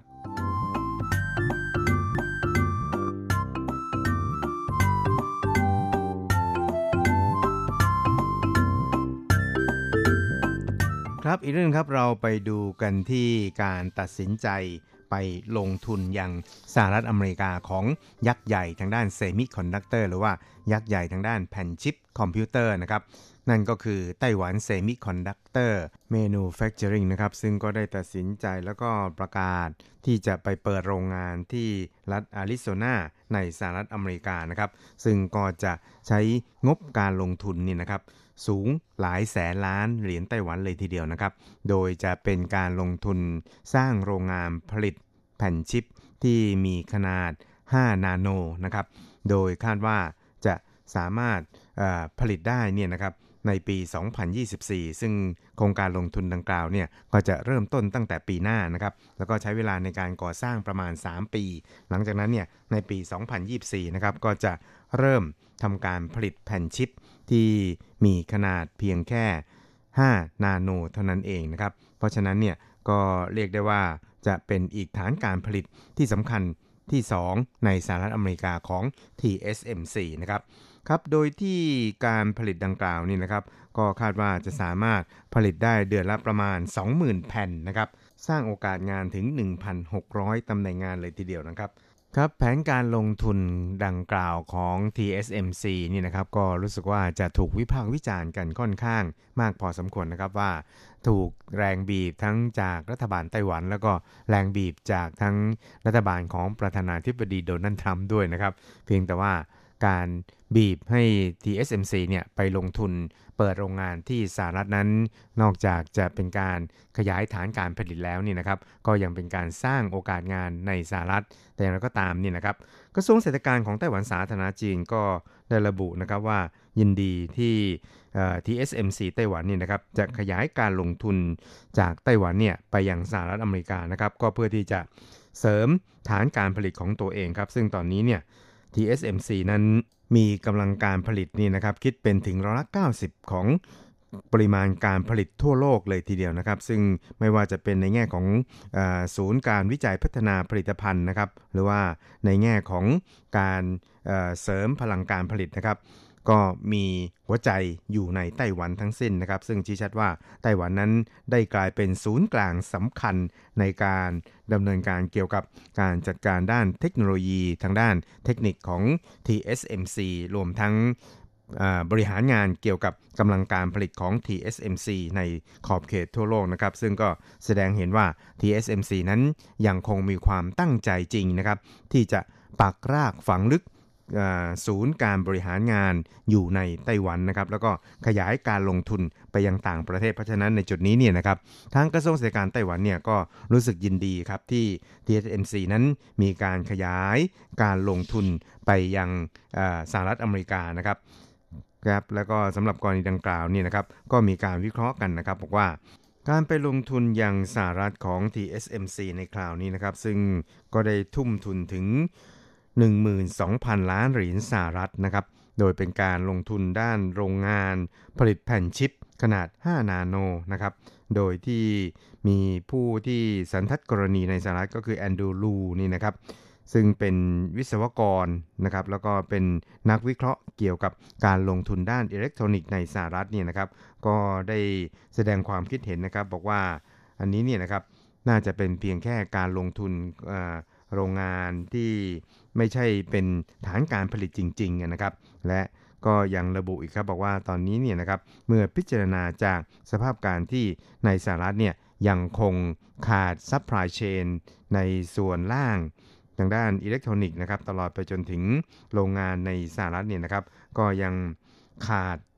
[SPEAKER 9] ครับอีกเรื่องครับเราไปดูกันที่การตัดสินใจไปลงทุนยังสหรัฐอเมริกาของยักษ์ใหญ่ทางด้านเซมิคอนดักเตอร์หรือว่ายักษ์ใหญ่ทางด้านแผ่นชิปคอมพิวเตอร์นะครับนั่นก็คือไต้หวันเซมิคอนดักเตอร์แมนูแฟคเจอริงนะครับซึ่งก็ได้ตัดสินใจแล้วก็ประกาศที่จะไปเปิดโรงงานที่รัฐอาริโซนาในสหรัฐอเมริกานะครับซึ่งก็จะใช้งบการลงทุนนี่นะครับสูงหลายแสนล้านเหรียญไต้หวันเลยทีเดียวนะครับโดยจะเป็นการลงทุนสร้างโรงงานผลิตแผ่นชิปที่มีขนาดห้านาโนนะครับโดยคาดว่าจะสามารถผลิตได้เนี่ยนะครับในปีสองพันยี่สิบสี่ซึ่งโครงการลงทุนดังกล่าวเนี่ยก็จะเริ่มต้นตั้งแต่ปีหน้านะครับแล้วก็ใช้เวลาในการก่อสร้างประมาณสามปีหลังจากนั้นเนี่ยในปีสองพันยี่สิบสี่นะครับก็จะเริ่มทำการผลิตแผ่นชิปที่มีขนาดเพียงแค่ห้านาโนเท่านั้นเองนะครับเพราะฉะนั้นเนี่ยก็เรียกได้ว่าจะเป็นอีกฐานการผลิตที่สำคัญที่สองในสหรัฐอเมริกาของ ที เอส เอ็ม ซี นะครับครับโดยที่การผลิตดังกล่าวนี่นะครับก็คาดว่าจะสามารถผลิตได้เดือนละประมาณ สองหมื่น แผ่นนะครับสร้างโอกาสงานถึง หนึ่งพันหกร้อย ตำแหน่งงานเลยทีเดียวนะครับครับแผนการลงทุนดังกล่าวของ ที เอส เอ็ม ซี นี่นะครับก็รู้สึกว่าจะถูกวิพากษ์วิจารณ์กันค่อนข้างมากพอสมควรนะครับว่าถูกแรงบีบทั้งจากรัฐบาลไต้หวันแล้วก็แรงบีบจากทั้งรัฐบาลของประธานาธิบดีโดนัลด์ทรัมป์ด้วยนะครับเพียงแต่ว่าการบีบให้ ที เอส เอ็ม ซี เนี่ยไปลงทุนเปิดโรงงานที่สหรัฐนั้นนอกจากจะเป็นการขยายฐานการผลิตแล้วนี่นะครับก็ยังเป็นการสร้างโอกาสงานในสหรัฐแต่อย่างไรก็ตามนี่นะครับกระทรวงเศรษฐกิจของไต้หวันสาธารณจีนก็ได้ระบุนะครับว่ายินดีที่ ที เอส เอ็ม ซี ไต้หวันนี่นะครับจะขยายการลงทุนจากไต้หวันเนี่ยไปยังสหรัฐอเมริกานะครับก็เพื่อที่จะเสริมฐานการผลิตของตัวเองครับซึ่งตอนนี้เนี่ย ที เอส เอ็ม ซี นั้นมีกำลังการผลิตนี่นะครับคิดเป็นถึงร้อยละเก้าสิบของปริมาณการผลิตทั่วโลกเลยทีเดียวนะครับซึ่งไม่ว่าจะเป็นในแง่ของเอ่อศูนย์การวิจัยพัฒนาผลิตภัณฑ์นะครับหรือว่าในแง่ของการเอ่อเสริมพลังการผลิตนะครับก็มีหัวใจอยู่ในไต้หวันทั้งสิ้นนะครับซึ่งชี้ชัดว่าไต้หวันนั้นได้กลายเป็นศูนย์กลางสำคัญในการดำเนินการเกี่ยวกับการจัดการด้านเทคโนโลยีทางด้านเทคนิคของ ที เอส เอ็ม ซี รวมทั้งบริหารงานเกี่ยวกับกำลังการผลิตของ ที เอส เอ็ม ซี ในขอบเขตทั่วโลกนะครับซึ่งก็แสดงเห็นว่า ที เอส เอ็ม ซี นั้นยังคงมีความตั้งใจจริงนะครับที่จะปักรากฝังลึกศูนย์การบริหารงานอยู่ในไต้หวันนะครับแล้วก็ขยายการลงทุนไปยังต่างประเทศเพราะฉะนั้นในจุดนี้เนี่ยนะครับทางกระทรวงเศรษฐกิจไต้หวันเนี่ยก็รู้สึกยินดีครับที่ ที เอส เอ็ม ซี นั้นมีการขยายการลงทุนไปยังสหรัฐอเมริกานะครับครับแล้วก็สำหรับกรณีดังกล่าวเนี่ยนะครับก็มีการวิเคราะห์กันนะครับบอกว่าการไปลงทุนยังสหรัฐของ ที เอส เอ็ม ซี ในคราวนี้นะครับซึ่งก็ได้ทุ่มทุนถึง หนึ่งหมื่นสองพัน ล้านเหรียญสหรัฐนะครับโดยเป็นการลงทุนด้านโรงงานผลิตแผ่นชิปขนาดห้านาโนนะครับโดยที่มีผู้ที่สันทัดกรณีในสหรัฐก็คือแอนดรูว์ลูนี่นะครับซึ่งเป็นวิศวกรนะครับแล้วก็เป็นนักวิเคราะห์เกี่ยวกับการลงทุนด้านอิเล็กทรอนิกส์ในสหรัฐเนี่ยนะครับก็ได้แสดงความคิดเห็นนะครับบอกว่าอันนี้เนี่ยนะครับน่าจะเป็นเพียงแค่การลงทุนโรงงานที่ไม่ใช่เป็นฐานการผลิตจริงๆนะครับและก็ยังระบุอีกครับบอกว่าตอนนี้เนี่ยนะครับเมื่อพิจารณาจากสภาพการที่ในสหรัฐเนี่ยยังคงขาดซัพพลายเชนในส่วนล่างทางด้านอิเล็กทรอนิกส์นะครับตลอดไปจนถึงโรงงานในสหรัฐเนี่ยนะครับก็ยังขาด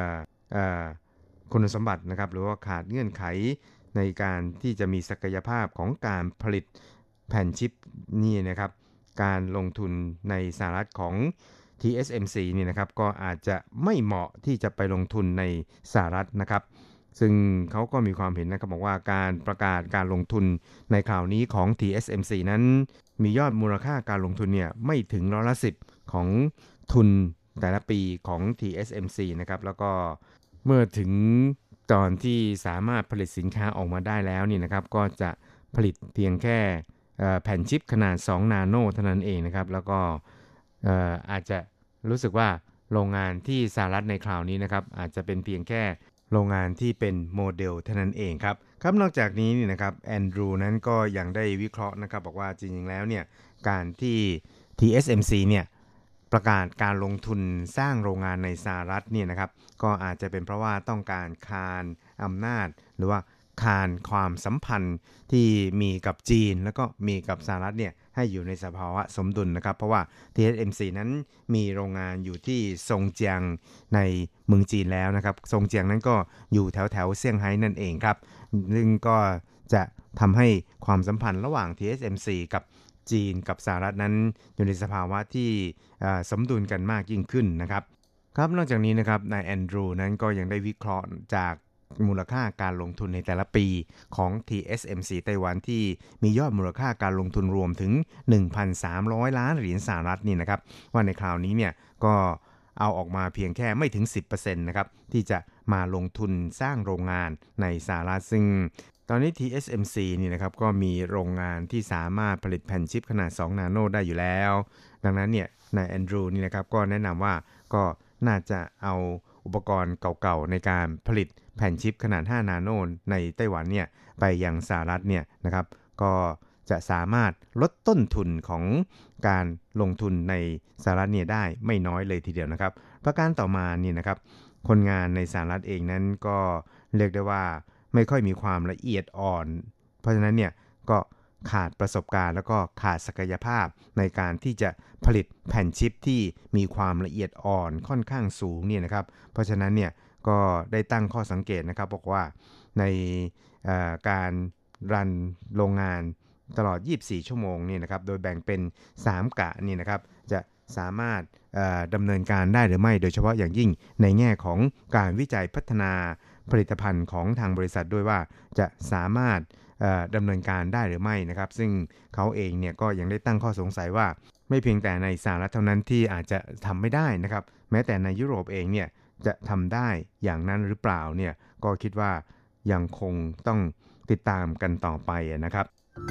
[SPEAKER 9] คุณสมบัตินะครับหรือว่าขาดเงื่อนไขในการที่จะมีศักยภาพของการผลิตแผ่นชิปนี่นะครับการลงทุนในสหรัฐของ ที เอส เอ็ม ซี นี่นะครับก็อาจจะไม่เหมาะที่จะไปลงทุนในสหรัฐนะครับซึ่งเขาก็มีความเห็นนะครับบอกว่าการประกาศการลงทุนในคราวนี้ของ ที เอส เอ็ม ซี นั้นมียอดมูลค่าการลงทุนเนี่ยไม่ถึงร้อยละสิบของทุนแต่ละปีของ ที เอส เอ็ม ซี นะครับแล้วก็เมื่อถึงตอนที่สามารถผลิตสินค้าออกมาได้แล้วนี่นะครับก็จะผลิตเพียงแค่แผ่นชิปขนาดสองนาโนเท่านั้นเองนะครับแล้วก็อาจจะรู้สึกว่าโรงงานที่สหรัฐในคราวนี้นะครับอาจจะเป็นเพียงแค่โรงงานที่เป็นโมเดลเท่านั้นเองครับครับนอกจากนี้นี่นะครับแอนดรูว์นั้นก็ยังได้วิเคราะห์นะครับบอกว่าจริงๆแล้วเนี่ยการที่ ที เอส เอ็ม ซี เนี่ยประกาศการลงทุนสร้างโรงงานในสหรัฐเนี่ยนะครับก็อาจจะเป็นเพราะว่าต้องการคานอำนาจหรือว่าคานความสัมพันธ์ที่มีกับจีนแล้วก็มีกับสหรัฐเนี่ยให้อยู่ในสภาวะสมดุลนะครับเพราะว่า ที เอส เอ็ม ซี นั้นมีโรงงานอยู่ที่ซงเจียงในเมืองจีนแล้วนะครับซงเจียงนั้นก็อยู่แถวแถวเซี่ยงไฮ้นั่นเองครับซึ่งก็จะทำให้ความสัมพันธ์ระหว่าง ที เอส เอ็ม ซี กับจีนกับสหรัฐนั้นอยู่ในสภาวะที่สมดุลกันมากยิ่งขึ้นนะครับครับนอกจากนี้นะครับนายแอนดรูว์นั้นก็ยังได้วิเคราะห์จากมูลค่าการลงทุนในแต่ละปีของ ที เอส เอ็ม ซี ไต้หวันที่มียอดมูลค่าการลงทุนรวมถึง หนึ่งพันสามร้อย ล้านเหรียญสหรัฐนี่นะครับว่าในคราวนี้เนี่ยก็เอาออกมาเพียงแค่ไม่ถึง สิบเปอร์เซ็นต์ นะครับที่จะมาลงทุนสร้างโรงงานในสหรัฐซึ่งตอนนี้ ที เอส เอ็ม ซี นี่นะครับก็มีโรงงานที่สามารถผลิตแผ่นชิปขนาดสองนาโนได้อยู่แล้วดังนั้นเนี่ยนายแอนดรูว์นี่นะครับก็แนะนำว่าก็น่าจะเอาอุปกรณ์เก่าๆในการผลิตแผ่นชิปขนาดห้านาโนในไต้หวันเนี่ยไปยังสหรัฐเนี่ยนะครับก็จะสามารถลดต้นทุนของการลงทุนในสหรัฐเนี่ยได้ไม่น้อยเลยทีเดียวนะครับประการต่อมานี่นะครับคนงานในสหรัฐเองนั้นก็เรียกได้ว่าไม่ค่อยมีความละเอียดอ่อนเพราะฉะนั้นเนี่ยก็ขาดประสบการณ์แล้วก็ขาดศักยภาพในการที่จะผลิตแผ่นชิปที่มีความละเอียดอ่อนค่อนข้างสูงเนี่ยนะครับเพราะฉะนั้นเนี่ยก็ได้ตั้งข้อสังเกตนะครับบอกว่าในการรันโรงงานตลอดยี่สิบสี่ชั่วโมงนี่นะครับโดยแบ่งเป็นสามกะนี่นะครับจะสามารถดำเนินการได้หรือไม่โดยเฉพาะอย่างยิ่งในแง่ของการวิจัยพัฒนาผลิตภัณฑ์ของทางบริษัทด้วยว่าจะสามารถดำเนินการได้หรือไม่นะครับซึ่งเขาเองเนี่ยก็ยังได้ตั้งข้อสงสัยว่าไม่เพียงแต่ในสหรัฐเท่านั้นที่อาจจะทำไม่ได้นะครับแม้แต่ในยุโรปเองเนี่ยจะทำได้อย่างนั้นหรือเปล่าเนี่ยก็คิดว่ายังคงต้องติดตามกันต่อไปนะครับ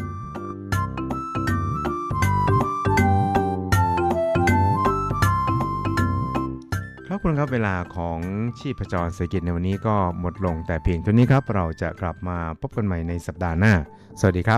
[SPEAKER 9] ครับคุณครับเวลาของชีพจรเศรษฐกิจในวันนี้ก็หมดลงแต่เพียงเท่านี้ครับเราจะกลับมาพบกันใหม่ในสัปดาห์หน้าสวัสดีครับ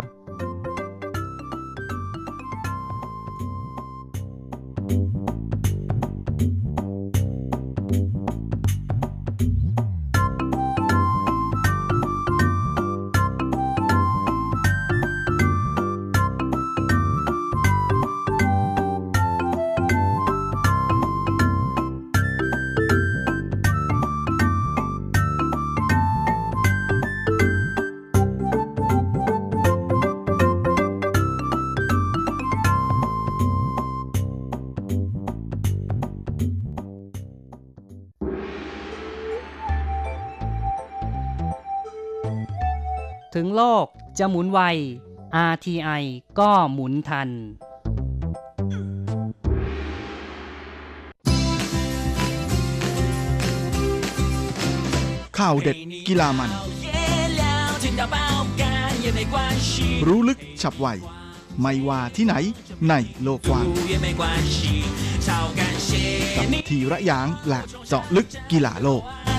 [SPEAKER 10] ถึงโลกจะหมุนไว อาร์ ที ไอ ก็หมุนทัน
[SPEAKER 11] ข่าวเด็ดกีฬามันรู้ลึกฉับไวไม่ว่าที่ไหนในโลกกว้างกับทีระยางและเจาะลึกกีฬาโลก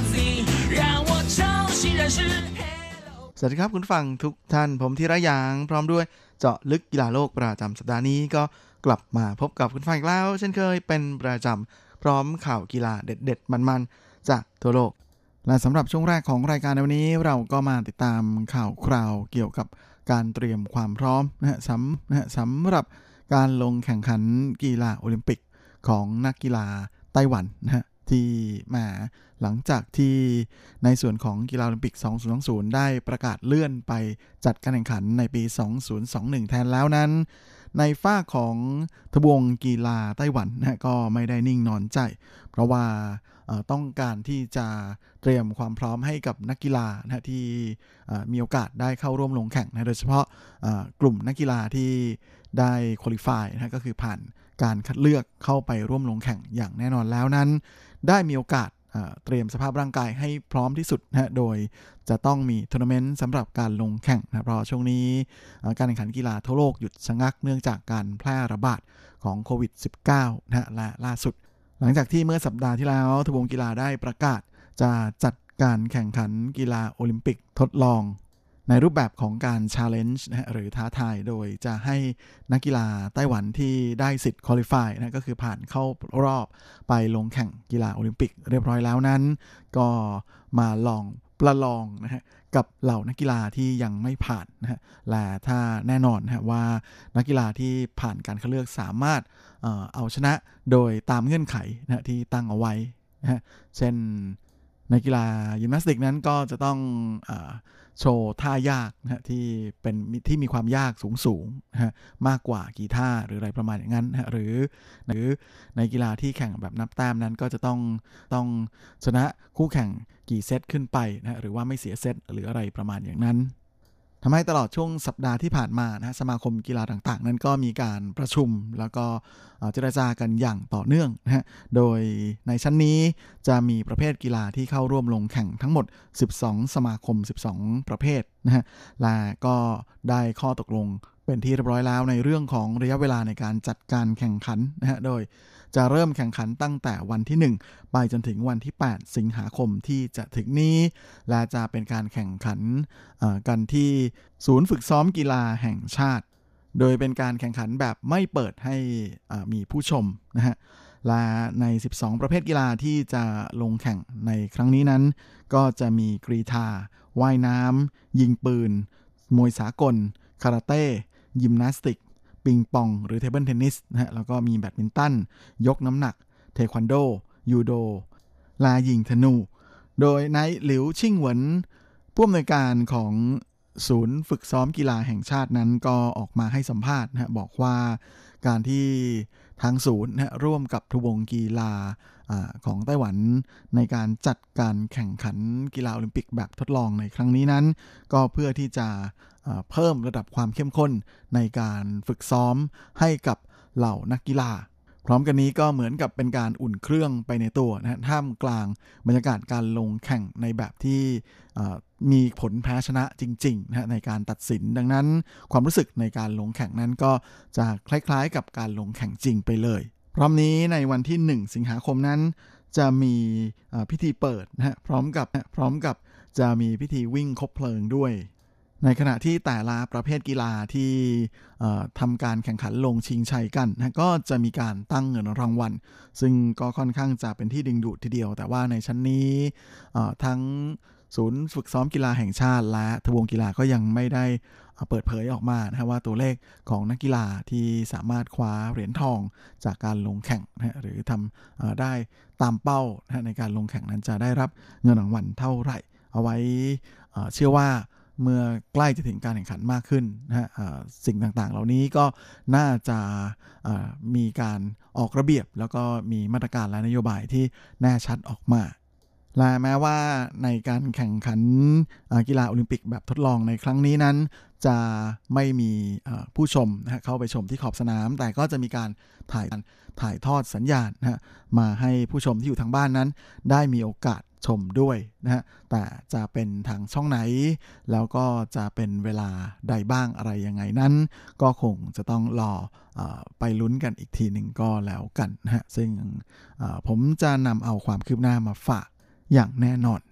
[SPEAKER 11] สวัสดีครับคุณฟังทุกท่านผมธีระยางพร้อมด้วยเจาะลึกกีฬาโลกประจำสัปดาห์นี้ก็กลับมาพบกับคุณฟังอีกแล้วเช่นเคยเป็นประจำพร้อมข่าวกีฬาเด็ดๆมันๆจากทั่วโลกและสำหรับช่วงแรกของรายการในวันนี้เราก็มาติดตามข่าวคราวเกี่ยวกับการเตรียมความพร้อมนะฮะสำนะฮะสำหรับการลงแข่งขันกีฬาโอลิมปิกของนักกีฬาไต้หวันนะฮะที่มาหลังจากที่ในส่วนของกีฬาโอลิมปิกสองพันยี่สิบได้ประกาศเลื่อนไปจัดการแข่งขันในปีสองพันยี่สิบเอ็ดแทนแล้วนั้นในฝ้าของทบวงกีฬาไต้หวันนะก็ไม่ได้นิ่งนอนใจเพราะว่าต้องการที่จะเตรียมความพร้อมให้กับนักกีฬานะที่มีโอกาสได้เข้าร่วมลงแข่งนะโดยเฉพาะกลุ่มนักกีฬาที่ได้คุริฟายนะก็คือผ่านการคัดเลือกเข้าไปร่วมลงแข่งอย่างแน่นอนแล้วนั้นได้มีโอกาสเตรียมสภาพร่างกายให้พร้อมที่สุดนะโดยจะต้องมีทัวร์นาเมนต์สำหรับการลงแข่งนะเพราะช่วงนี้การแข่งขันกีฬาทั่วโลกหยุดชะงักเนื่องจากการแพร่ระบาดของโควิด สิบเก้า นะและล่าสุดหลังจากที่เมื่อสัปดาห์ที่แล้วทบวงกีฬาได้ประกาศจะจัดการแข่งขันกีฬาโอลิมปิกทดลองในรูปแบบของการ challenge นะฮะหรือท้าทายโดยจะให้นักกีฬาไต้หวันที่ได้สิทธิ์ qualify นะก็คือผ่านเข้ารอบไปลงแข่งกีฬาโอลิมปิกเรียบร้อยแล้วนั้นก็มาลองประลองนะฮะกับเหล่านักกีฬาที่ยังไม่ผ่านนะฮะและถ้าแน่นอนนะฮะว่านักกีฬาที่ผ่านการคัดเลือกสามารถเอ่อเอาชนะโดยตามเงื่อนไขนะฮะที่ตั้งเอาไว้นะฮะเช่นในกีฬายิมนาสติกนั้นก็จะต้องเอ่อโชว์ท่ายากนะฮะที่เป็นที่มีความยากสูงสูงนะฮะมากกว่ากี่ท่าหรืออะไรประมาณอย่างนั้นนะฮะหรือหรือในกีฬาที่แข่งแบบนับแต้มนั้นก็จะต้องต้องชนะคู่แข่งกี่เซตขึ้นไปนะฮะหรือว่าไม่เสียเซตหรืออะไรประมาณอย่างนั้นทำให้ตลอดช่วงสัปดาห์ที่ผ่านมานะฮะสมาคมกีฬาต่างๆนั้นก็มีการประชุมแล้วก็เจรจากันอย่างต่อเนื่องนะฮะโดยในชั้นนี้จะมีประเภทกีฬาที่เข้าร่วมลงแข่งทั้งหมดสิบสองสมาคมสิบสองประเภทนะฮะและก็ได้ข้อตกลงเป็นที่เรียบร้อยแล้วในเรื่องของระยะเวลาในการจัดการแข่งขันนะฮะโดยจะเริ่มแข่งขันตั้งแต่วันที่หนึ่งไปจนถึงวันที่แปดสิงหาคมที่จะถึงนี้และจะเป็นการแข่งขันกันที่ศูนย์ฝึกซ้อมกีฬาแห่งชาติโดยเป็นการแข่งขันแบบไม่เปิดให้มีผู้ชมนะฮะและในสิบสองประเภทกีฬาที่จะลงแข่งในครั้งนี้นั้นก็จะมีกรีฑาว่ายน้ำยิงปืนมวยสากลคาราเต้ยิมนาสติกปิงปองหรือเทเบิลเทนนิสนะฮะแล้วก็มีแบดมินตันยกน้ำหนักเทควันโดยูโดและยิงธนูโดยนายหลิวชิ่งเหวินผู้อำนวยการของศูนย์ฝึกซ้อมกีฬาแห่งชาตินั้นก็ออกมาให้สัมภาษณ์นะฮะบอกว่าการที่ทางศูนย์นะฮะร่วมกับทบวงกีฬาของไต้หวันในการจัดการแข่งขันกีฬาโอลิมปิกแบบทดลองในครั้งนี้นั้นก็เพื่อที่จะเพิ่มระดับความเข้มข้นในการฝึกซ้อมให้กับเหล่านักกีฬาพร้อมกันนี้ก็เหมือนกับเป็นการอุ่นเครื่องไปในตัวนะฮะท่ามกลางบรรยากาศการลงแข่งในแบบที่มีผลแพ้ชนะจริงๆนะฮะในการตัดสินดังนั้นความรู้สึกในการลงแข่งนั้นก็จะคล้ายๆกับการลงแข่งจริงไปเลยพร้อมนี้ในวันที่หนึ่งสิงหาคมนั้นจะมีพิธีเปิดนะฮะพร้อมกับพร้อมกับจะมีพิธีวิ่งคบเพลิงด้วยในขณะที่แต่ละประเภทกีฬาที่ทำการแข่งขันลงชิงชัยกันนะก็จะมีการตั้งเงินรางวัลซึ่งก็ค่อนข้างจะเป็นที่ดึงดูดทีเดียวแต่ว่าในชั้นนี้ทั้งศูนย์ฝึกซ้อมกีฬาแห่งชาติและทบวงกีฬาก็ยังไม่ได้เปิดเผยออกมานะว่าตัวเลขของนักกีฬาที่สามารถคว้าเหรียญทองจากการลงแข่งนะหรือทำได้ตามเป้านะในการลงแข่งนั้นจะได้รับเงินรางวัลเท่าไหร่เอาไว้เชื่อว่าเมื่อใกล้จะถึงการแข่งขันมากขึ้นนะฮะสิ่งต่างๆเหล่านี้ก็น่าจะมีการออกระเบียบแล้วก็มีมาตรการและนโยบายที่แน่ชัดออกมาและแม้ว่าในการแข่งขันกีฬาโอลิมปิกแบบทดลองในครั้งนี้นั้นจะไม่มีผู้ชมนะฮะเข้าไปชมที่ขอบสนามแต่ก็จะมีการถ่ายถ่ายทอดสัญญาณนะฮะมาให้ผู้ชมที่อยู่ทางบ้านนั้นได้มีโอกาสชมด้วยนะฮะแต่จะเป็นทางช่องไหนแล้วก็จะเป็นเวลาใดบ้างอะไรยังไงนั้นก็คงจะต้องรอเอ่อไปลุ้นกันอีกทีหนึ่งก็แล้วกันนะฮะซึ่งผมจะนำเอาความคืบหน้ามาฝากอย่างแน่นอน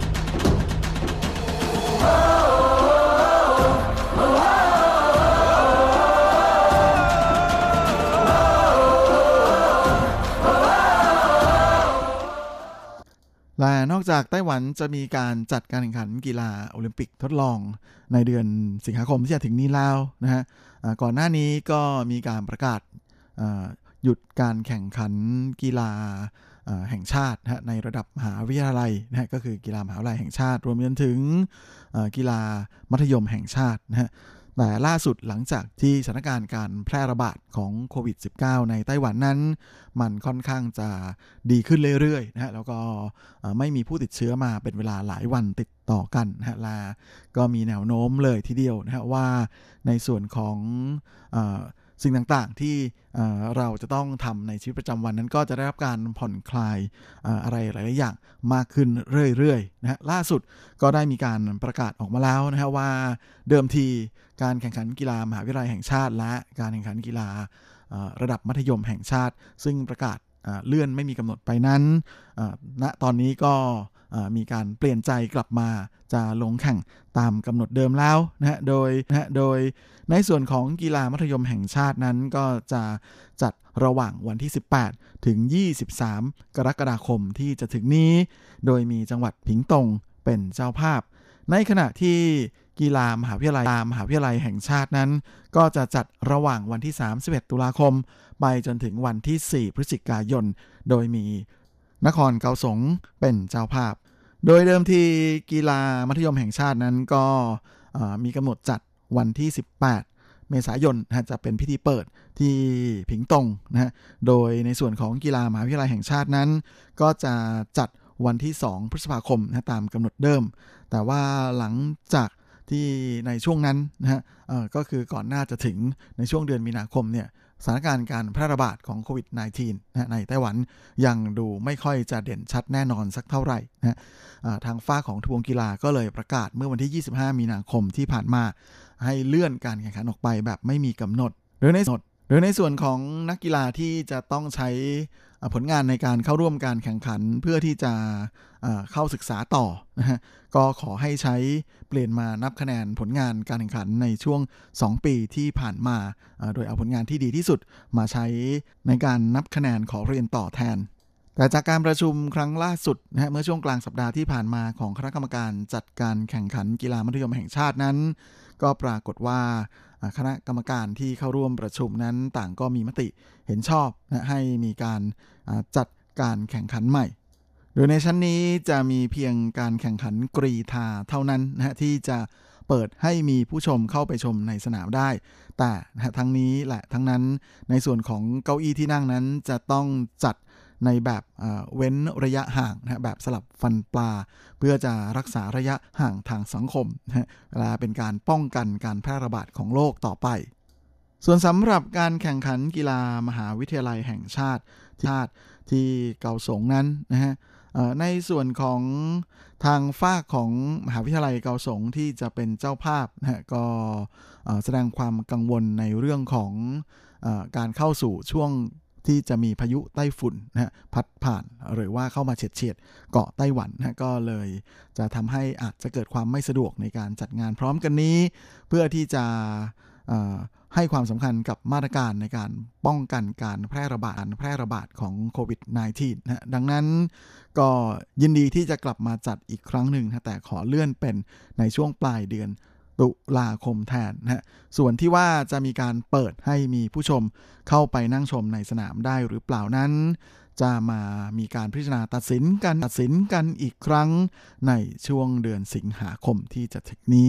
[SPEAKER 11] และนอกจากไต้หวันจะมีการจัดการแข่งขันกีฬาโอลิมปิกทดลองในเดือนสิงหาคมที่จะถึงนี้แล้วนะฮะก่อนหน้านี้ก็มีการประกาศหยุดการแข่งขันกีฬาแห่งชาตินะในระดับมหาวิทยาลัยนะฮะก็คือกีฬามหาวิทยาลัยแห่งชาติรวมจนถึงกีฬามัธยมแห่งชาตินะฮะแต่ล่าสุดหลังจากที่สถานการณ์การแพร่ระบาดของโควิด สิบเก้า ในไต้หวันนั้นมันค่อนข้างจะดีขึ้นเรื่อยๆนะฮะแล้วก็ไม่มีผู้ติดเชื้อมาเป็นเวลาหลายวันติดต่อกันนะฮะและก็มีแนวโน้มเลยทีเดียวนะฮะว่าในส่วนของเอ่อสิ่งต่างๆที่เราจะต้องทำในชีวิตประจำวันนั้นก็จะได้รับการผ่อนคลายอะไรหลายๆอย่างมากขึ้นเรื่อยๆนะฮะล่าสุดก็ได้มีการประกาศออกมาแล้วนะฮะว่าเดิมทีการแข่งขันกีฬามหาวิทยาลัยแห่งชาติและการแข่งขันกีฬาระดับมัธยมแห่งชาติซึ่งประกาศเลื่อนไม่มีกำหนดไปนั้นณตอนนี้ก็มีการเปลี่ยนใจกลับมาจะลงแข่งตามกำหนดเดิมแล้วนะฮะโดยนะฮะโดยในส่วนของกีฬามัธยมแห่งชาตินั้นก็จะจัดระหว่างวันที่สิบแปดถึงยี่สิบสามกรกฎาคมที่จะถึงนี้โดยมีจังหวัดผิงตงเป็นเจ้าภาพในขณะที่กีฬามหาวิทยาลัยมหาวิทยาลัยแห่งชาตินั้นก็จะจัดระหว่างวันที่สามสิบเอ็ดตุลาคมไปจนถึงวันที่สี่พฤศจิกายนโดยมีนครเกาสงเป็นเจ้าภาพโดยเดิมทีกีฬามัธยมแห่งชาตินั้นก็มีกำหนดจัดวันที่สิบแปดเมษายนนะจะเป็นพิธีเปิดที่ผิงตงนะฮะโดยในส่วนของกีฬามหาวิทยาลัยแห่งชาตินั้นก็จะจัดวันที่สองพฤษภาคมนะตามกำหนดเดิมแต่ว่าหลังจากที่ในช่วงนั้นนะฮะก็คือก่อนหน้าจะถึงในช่วงเดือนมีนาคมเนี่ยสถานการณ์การแพร่ระบาดของโควิด สิบเก้า นะในไต้หวันยังดูไม่ค่อยจะเด่นชัดแน่นอนสักเท่าไหร่นะทางฝ้าของทบวงกีฬาก็เลยประกาศเมื่อวันที่ยี่สิบห้ามีนาคมที่ผ่านมาให้เลื่อนการแข่งขันออกไปแบบไม่มีกำหนดโดยในโดยในส่วนของนักกีฬาที่จะต้องใช้ผลงานในการเข้าร่วมการแข่งขันเพื่อที่จะเข้าศึกษาต่อนะฮะก็ขอให้ใช้เปลี่ยนมานับคะแนนผลงานการแข่งขันในช่วงสองปีที่ผ่านมาโดยเอาผลงานที่ดีที่สุดมาใช้ในการนับคะแนนขอเรียนต่อแทนแต่จากการประชุมครั้งล่าสุดนะฮะเมื่อช่วงกลางสัปดาห์ที่ผ่านมาของคณะกรรมการจัดการแข่งขันกีฬามัธยมแห่งชาตินั้นก็ปรากฏว่าคณะกรรมการที่เข้าร่วมประชุมนั้นต่างก็มีมติเห็นชอบนะให้มีการจัดการแข่งขันใหม่โดยในชั้นนี้จะมีเพียงการแข่งขันกรีฑาเท่านั้นนะฮะที่จะเปิดให้มีผู้ชมเข้าไปชมในสนามได้แต่นะทั้งนี้แหละทั้งนั้นในส่วนของเก้าอี้ที่นั่งนั้นจะต้องจัดในแบบเว้นระยะห่างนะแบบสลับฟันปลาเพื่อจะรักษาระยะห่างทางสังคมนะเวลาเป็นการป้องกันการแพร่ระบาดของโรคต่อไปส่วนสำหรับการแข่งขันกีฬามหาวิทยาลัยแห่งชาติที่เกาสงนั้นนะฮะในส่วนของทางฝากของมหาวิทยาลัยเกาสงที่จะเป็นเจ้าภาพนะฮะก็แสดงความกังวลในเรื่องของการเข้าสู่ช่วงที่จะมีพายุไต้ฝุ่นนะฮะพัดผ่านหรือว่าเข้ามาเฉียดเฉียดเกาะไต้หวันนะก็เลยจะทำให้อาจจะเกิดความไม่สะดวกในการจัดงานพร้อมกันนี้เพื่อที่จะให้ความสำคัญกับมาตรการในการป้องกันการแพร่ระบาดแพร่ระบาดของโควิด สิบเก้า นะดังนั้นก็ยินดีที่จะกลับมาจัดอีกครั้งหนึ่งนะแต่ขอเลื่อนเป็นในช่วงปลายเดือนตุลาคมแทนนะส่วนที่ว่าจะมีการเปิดให้มีผู้ชมเข้าไปนั่งชมในสนามได้หรือเปล่านั้นจะมามีการพิจารณาตัดสินกันตัดสินกันอีกครั้งในช่วงเดือนสิงหาคมที่จะถึงนี้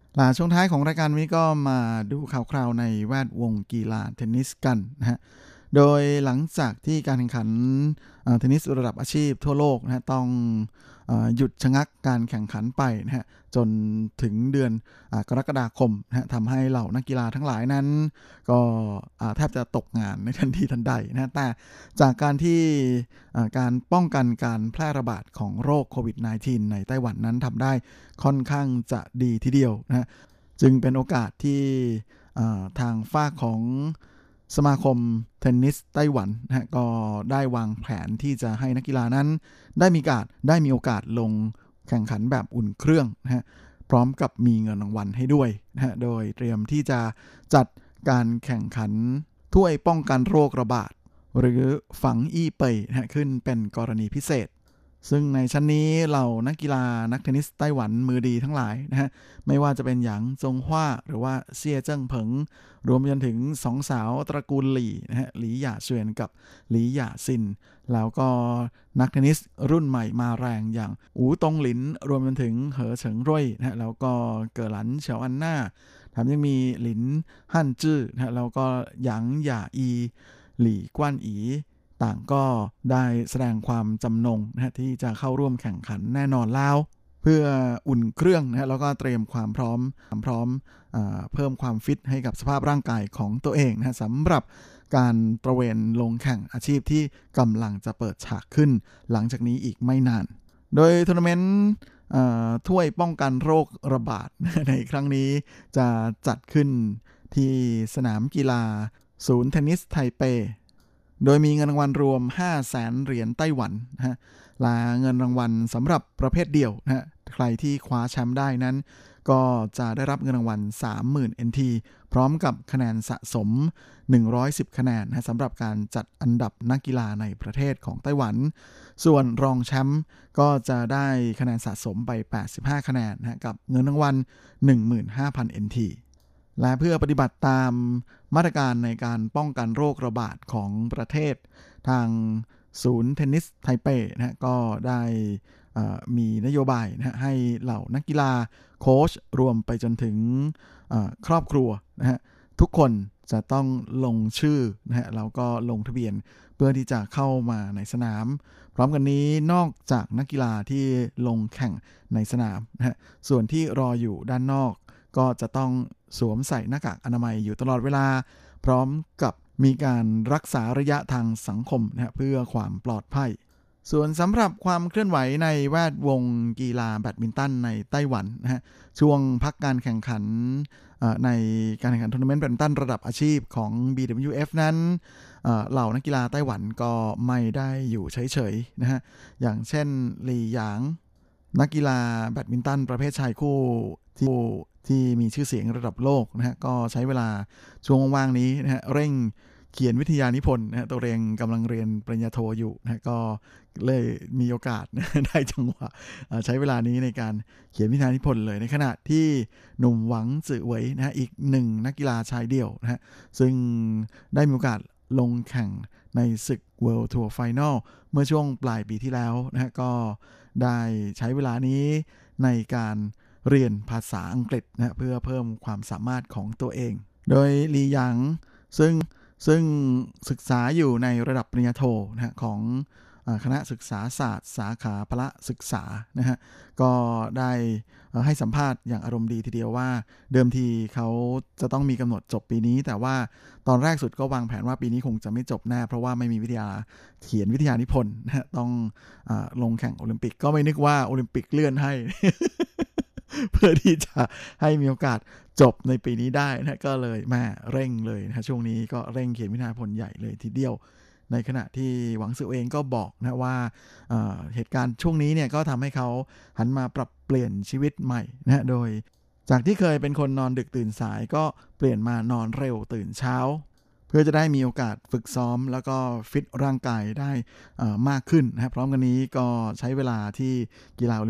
[SPEAKER 11] ล่ะช่วงท้ายของรายการนี้ก็มาดูข่าวคราวในแวดวงกีฬาเทนนิสกันนะฮะโดยหลังจากที่การแข่งขันเทนนิสระดับอาชีพทั่วโลกนะฮะต้องหยุดชะงักการแข่งขันไปนะฮะจนถึงเดือนกรกฎาคมนะฮะทำให้เหล่านักกีฬาทั้งหลายนั้นก็แทบจะตกงานในทันทีทันใดนะฮะแต่จากการที่การป้องกันการแพร่ระบาดของโรคโควิด สิบเก้า ในไต้หวันนั้นทำได้ค่อนข้างจะดีทีเดียวนะฮะจึงเป็นโอกาสที่ทางฝ่ายของสมาคมเทนนิสไต้หวันนะฮะก็ได้วางแผนที่จะให้นักกีฬานั้นได้มีโอกาสได้มีโอกาสลงแข่งขันแบบอุ่นเครื่องนะฮะพร้อมกับมีเงินรางวัลให้ด้วยนะฮะโดยเตรียมที่จะจัดการแข่งขันถ้วยป้องกันโรคระบาดหรือฝังอี้เป่ยนะฮะขึ้นเป็นกรณีพิเศษซึ่งในชั้นนี้เหล่านักกีฬานักเทนนิสไต้หวันมือดีทั้งหลายนะฮะไม่ว่าจะเป็นหยางจงฮว่าหรือว่าเซี่ยเจิ้งเผิงรวมไปจนถึงสองสาวตระกูลหลี่นะฮะหลี่หย่าเฉียนกับหลี่หย่าซินแล้วก็นักเทนนิสรุ่นใหม่มาแรงอย่างอูตงหลินรวมไปจนถึงเหอเฉิงร่ยนะฮะแล้วก็เก๋อหลันเฉาอันหน้าแถมยังมีหลินฮั่นจื้อนะฮะแล้วก็หยางหย่าอีหลี่กว้านอีต่างก็ได้แสดงความจำนงนะฮะที่จะเข้าร่วมแข่งขันแน่นอนแล้วเพื่ออุ่นเครื่องนะฮะแล้วก็เตรียมความพร้อมความพร้อมเอ่อเพิ่มความฟิตให้กับสภาพร่างกายของตัวเองนะฮะสำหรับการตระเวนลงแข่งอาชีพที่กำลังจะเปิดฉากขึ้นหลังจากนี้อีกไม่นานโดยทัวร์นาเมนต์ถ้วยป้องกันโรคระบาดในครั้งนี้จะจัดขึ้นที่สนามกีฬาศูนย์เทนนิสไทเปโดยมีเงินรางวัลรวม ห้าแสน เหรียญไต้หวันนะฮะและเงินรางวัลสำหรับประเภทเดี่ยวนะฮะใครที่คว้าแชมป์ได้นั้นก็จะได้รับเงินรางวัล สามหมื่น เอ็น ที พร้อมกับคะแนนสะสมหนึ่งร้อยสิบคะแนนนะสำหรับการจัดอันดับนักกีฬาในประเทศของไต้หวันส่วนรองแชมป์ก็จะได้คะแนนสะสมไปแปดสิบห้าคะแนนนะกับเงินรางวัล หนึ่งหมื่นห้าพัน เอ็น ทีและเพื่อปฏิบัติตามมาตรการในการป้องกันโรคระบาดของประเทศทางศูนย์เทนนิสไทเปนะฮะก็ได้มีนโยบายนะฮะให้เหล่านักกีฬาโค้ชรวมไปจนถึงครอบครัวนะฮะทุกคนจะต้องลงชื่อนะฮะแล้วก็ลงทะเบียนเพื่อที่จะเข้ามาในสนามพร้อมกันนี้นอกจากนักกีฬาที่ลงแข่งในสนามนะฮะส่วนที่รออยู่ด้านนอกก็จะต้องสวมใส่หน้ากากอนามัยอยู่ตลอดเวลาพร้อมกับมีการรักษาระยะทางสังคมนะเพื่อความปลอดภัยส่วนสำหรับความเคลื่อนไหวในแวดวงกีฬาแบดมินตันในไต้หวันนะฮะช่วงพักการแข่งขันในการแข่งขันทัวร์นาเมนต์แบดมินตันระดับอาชีพของ บี ดับเบิลยู เอฟ นั้นเหล่านักกีฬาไต้หวันก็ไม่ได้อยู่เฉยๆนะฮะอย่างเช่นหลี่หยางนักกีฬาแบดมินตันประเภทชายคู่ที่ที่มีชื่อเสียงระดับโลกนะฮะก็ใช้เวลาช่วงว่างๆนี้นะฮะเร่งเขียนวิทยานิพนธ์นะฮะตัวเองกำลังเรียนปริญญาโทอยู่นะฮะก็เลยมีโอกาสได้จังหวะใช้เวลานี้ในการเขียนวิทยานิพนธ์เลยในขณะที่หนุ่มหวังจื่อเหวยนะฮะอีกหนึ่งนักกีฬาชายเดี่ยวนะฮะซึ่งได้มีโอกาสลงแข่งในศึก World Tour Final เมื่อช่วงปลายปีที่แล้วนะฮะก็ได้ใช้เวลานี้ในการเรียนภาษาอังกฤษนะเพื่อเพิ่มความสามารถของตัวเองโดยหลี่หยางซึ่งซึ่งศึกษาอยู่ในระดับปริญญาโทนะฮะของคณะศึกษาศาสตร์สาขาพละศึกษานะฮะก็ได้ให้สัมภาษณ์อย่างอารมณ์ดีทีเดียวว่าเดิมทีเขาจะต้องมีกำหนดจบปีนี้แต่ว่าตอนแรกสุดก็วางแผนว่าปีนี้คงจะไม่จบแน่เพราะว่าไม่มีวิทยาเขียนวิทยานิพนธ์นะฮะต้องอ่าลงแข่งโอลิมปิกก็ไม่นึกว่าโอลิมปิกเลื่อนให้ เพื่อที่จะให้มีโอกาสจบในปีนี้ได้นะก็เลยแม่เร่งเลยนะช่วงนี้ก็เร่งเขียนวิทยานิพนธ์ใหญ่เลยทีเดียวในขณะที่หวังซื่อเองก็บอกนะว่า เอ่อ เหตุการณ์ช่วงนี้เนี่ยก็ทำให้เขาหันมาปรับเปลี่ยนชีวิตใหม่นะโดยจากที่เคยเป็นคนนอนดึกตื่นสายก็เปลี่ยนมานอนเร็วตื่นเช้าเพื่อจะได้มีโอกาสฝึกซ้อมแล้วก็ฟิตร่างกายได้มากขึ้นนะพร้อมกันนี้ก็ใช้เวลาที่กีฬาโอลิมปิก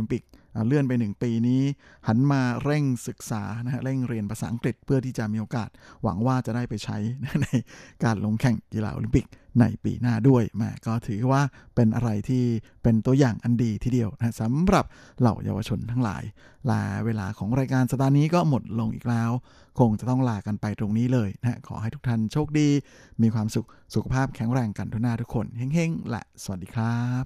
[SPEAKER 11] เลื่อนไปหนึ่งปีนี้หันมาเร่งศึกษานะฮะเร่งเรียนภาษาอังกฤษเพื่อที่จะมีโอกาสหวังว่าจะได้ไปใช้ในการลงแข่งกีฬาโอลิมปิกในปีหน้าด้วยแม่ก็ถือว่าเป็นอะไรที่เป็นตัวอย่างอันดีทีเดียวนะสำหรับเหล่าเยาวชนทั้งหลายและเวลาของรายการสัปดาห์นี้ก็หมดลงอีกแล้วคงจะต้องลากันไปตรงนี้เลยนะขอให้ทุกท่านโชคดีมีความสุขสุขภาพแข็งแรงกันทุกหน้าทุกคนเฮ้งๆและสวัสดีครับ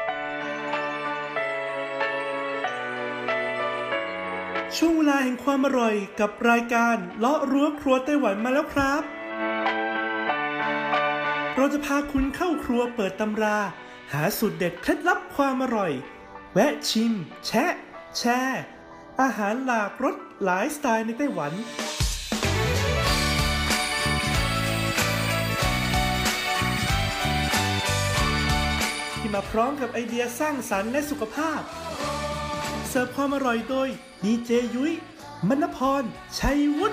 [SPEAKER 12] ช่วงเวลาแห่งความอร่อยกับรายการเลาะรั้วครัวไต้หวันมาแล้วครับเราจะพาคุณเข้าครัวเปิดตำราหาสูตรเด็ดเคล็ดลับความอร่อยแวะชิมแชะแชร์อาหารหลากรสหลายสไตล์ในไต้หวันที่มาพร้อมกับไอเดียสร้างสรรค์และสุขภาพเสิร์ฟความอร่อยโดยดีเจยุ้ยมณพรชัยวุฒิ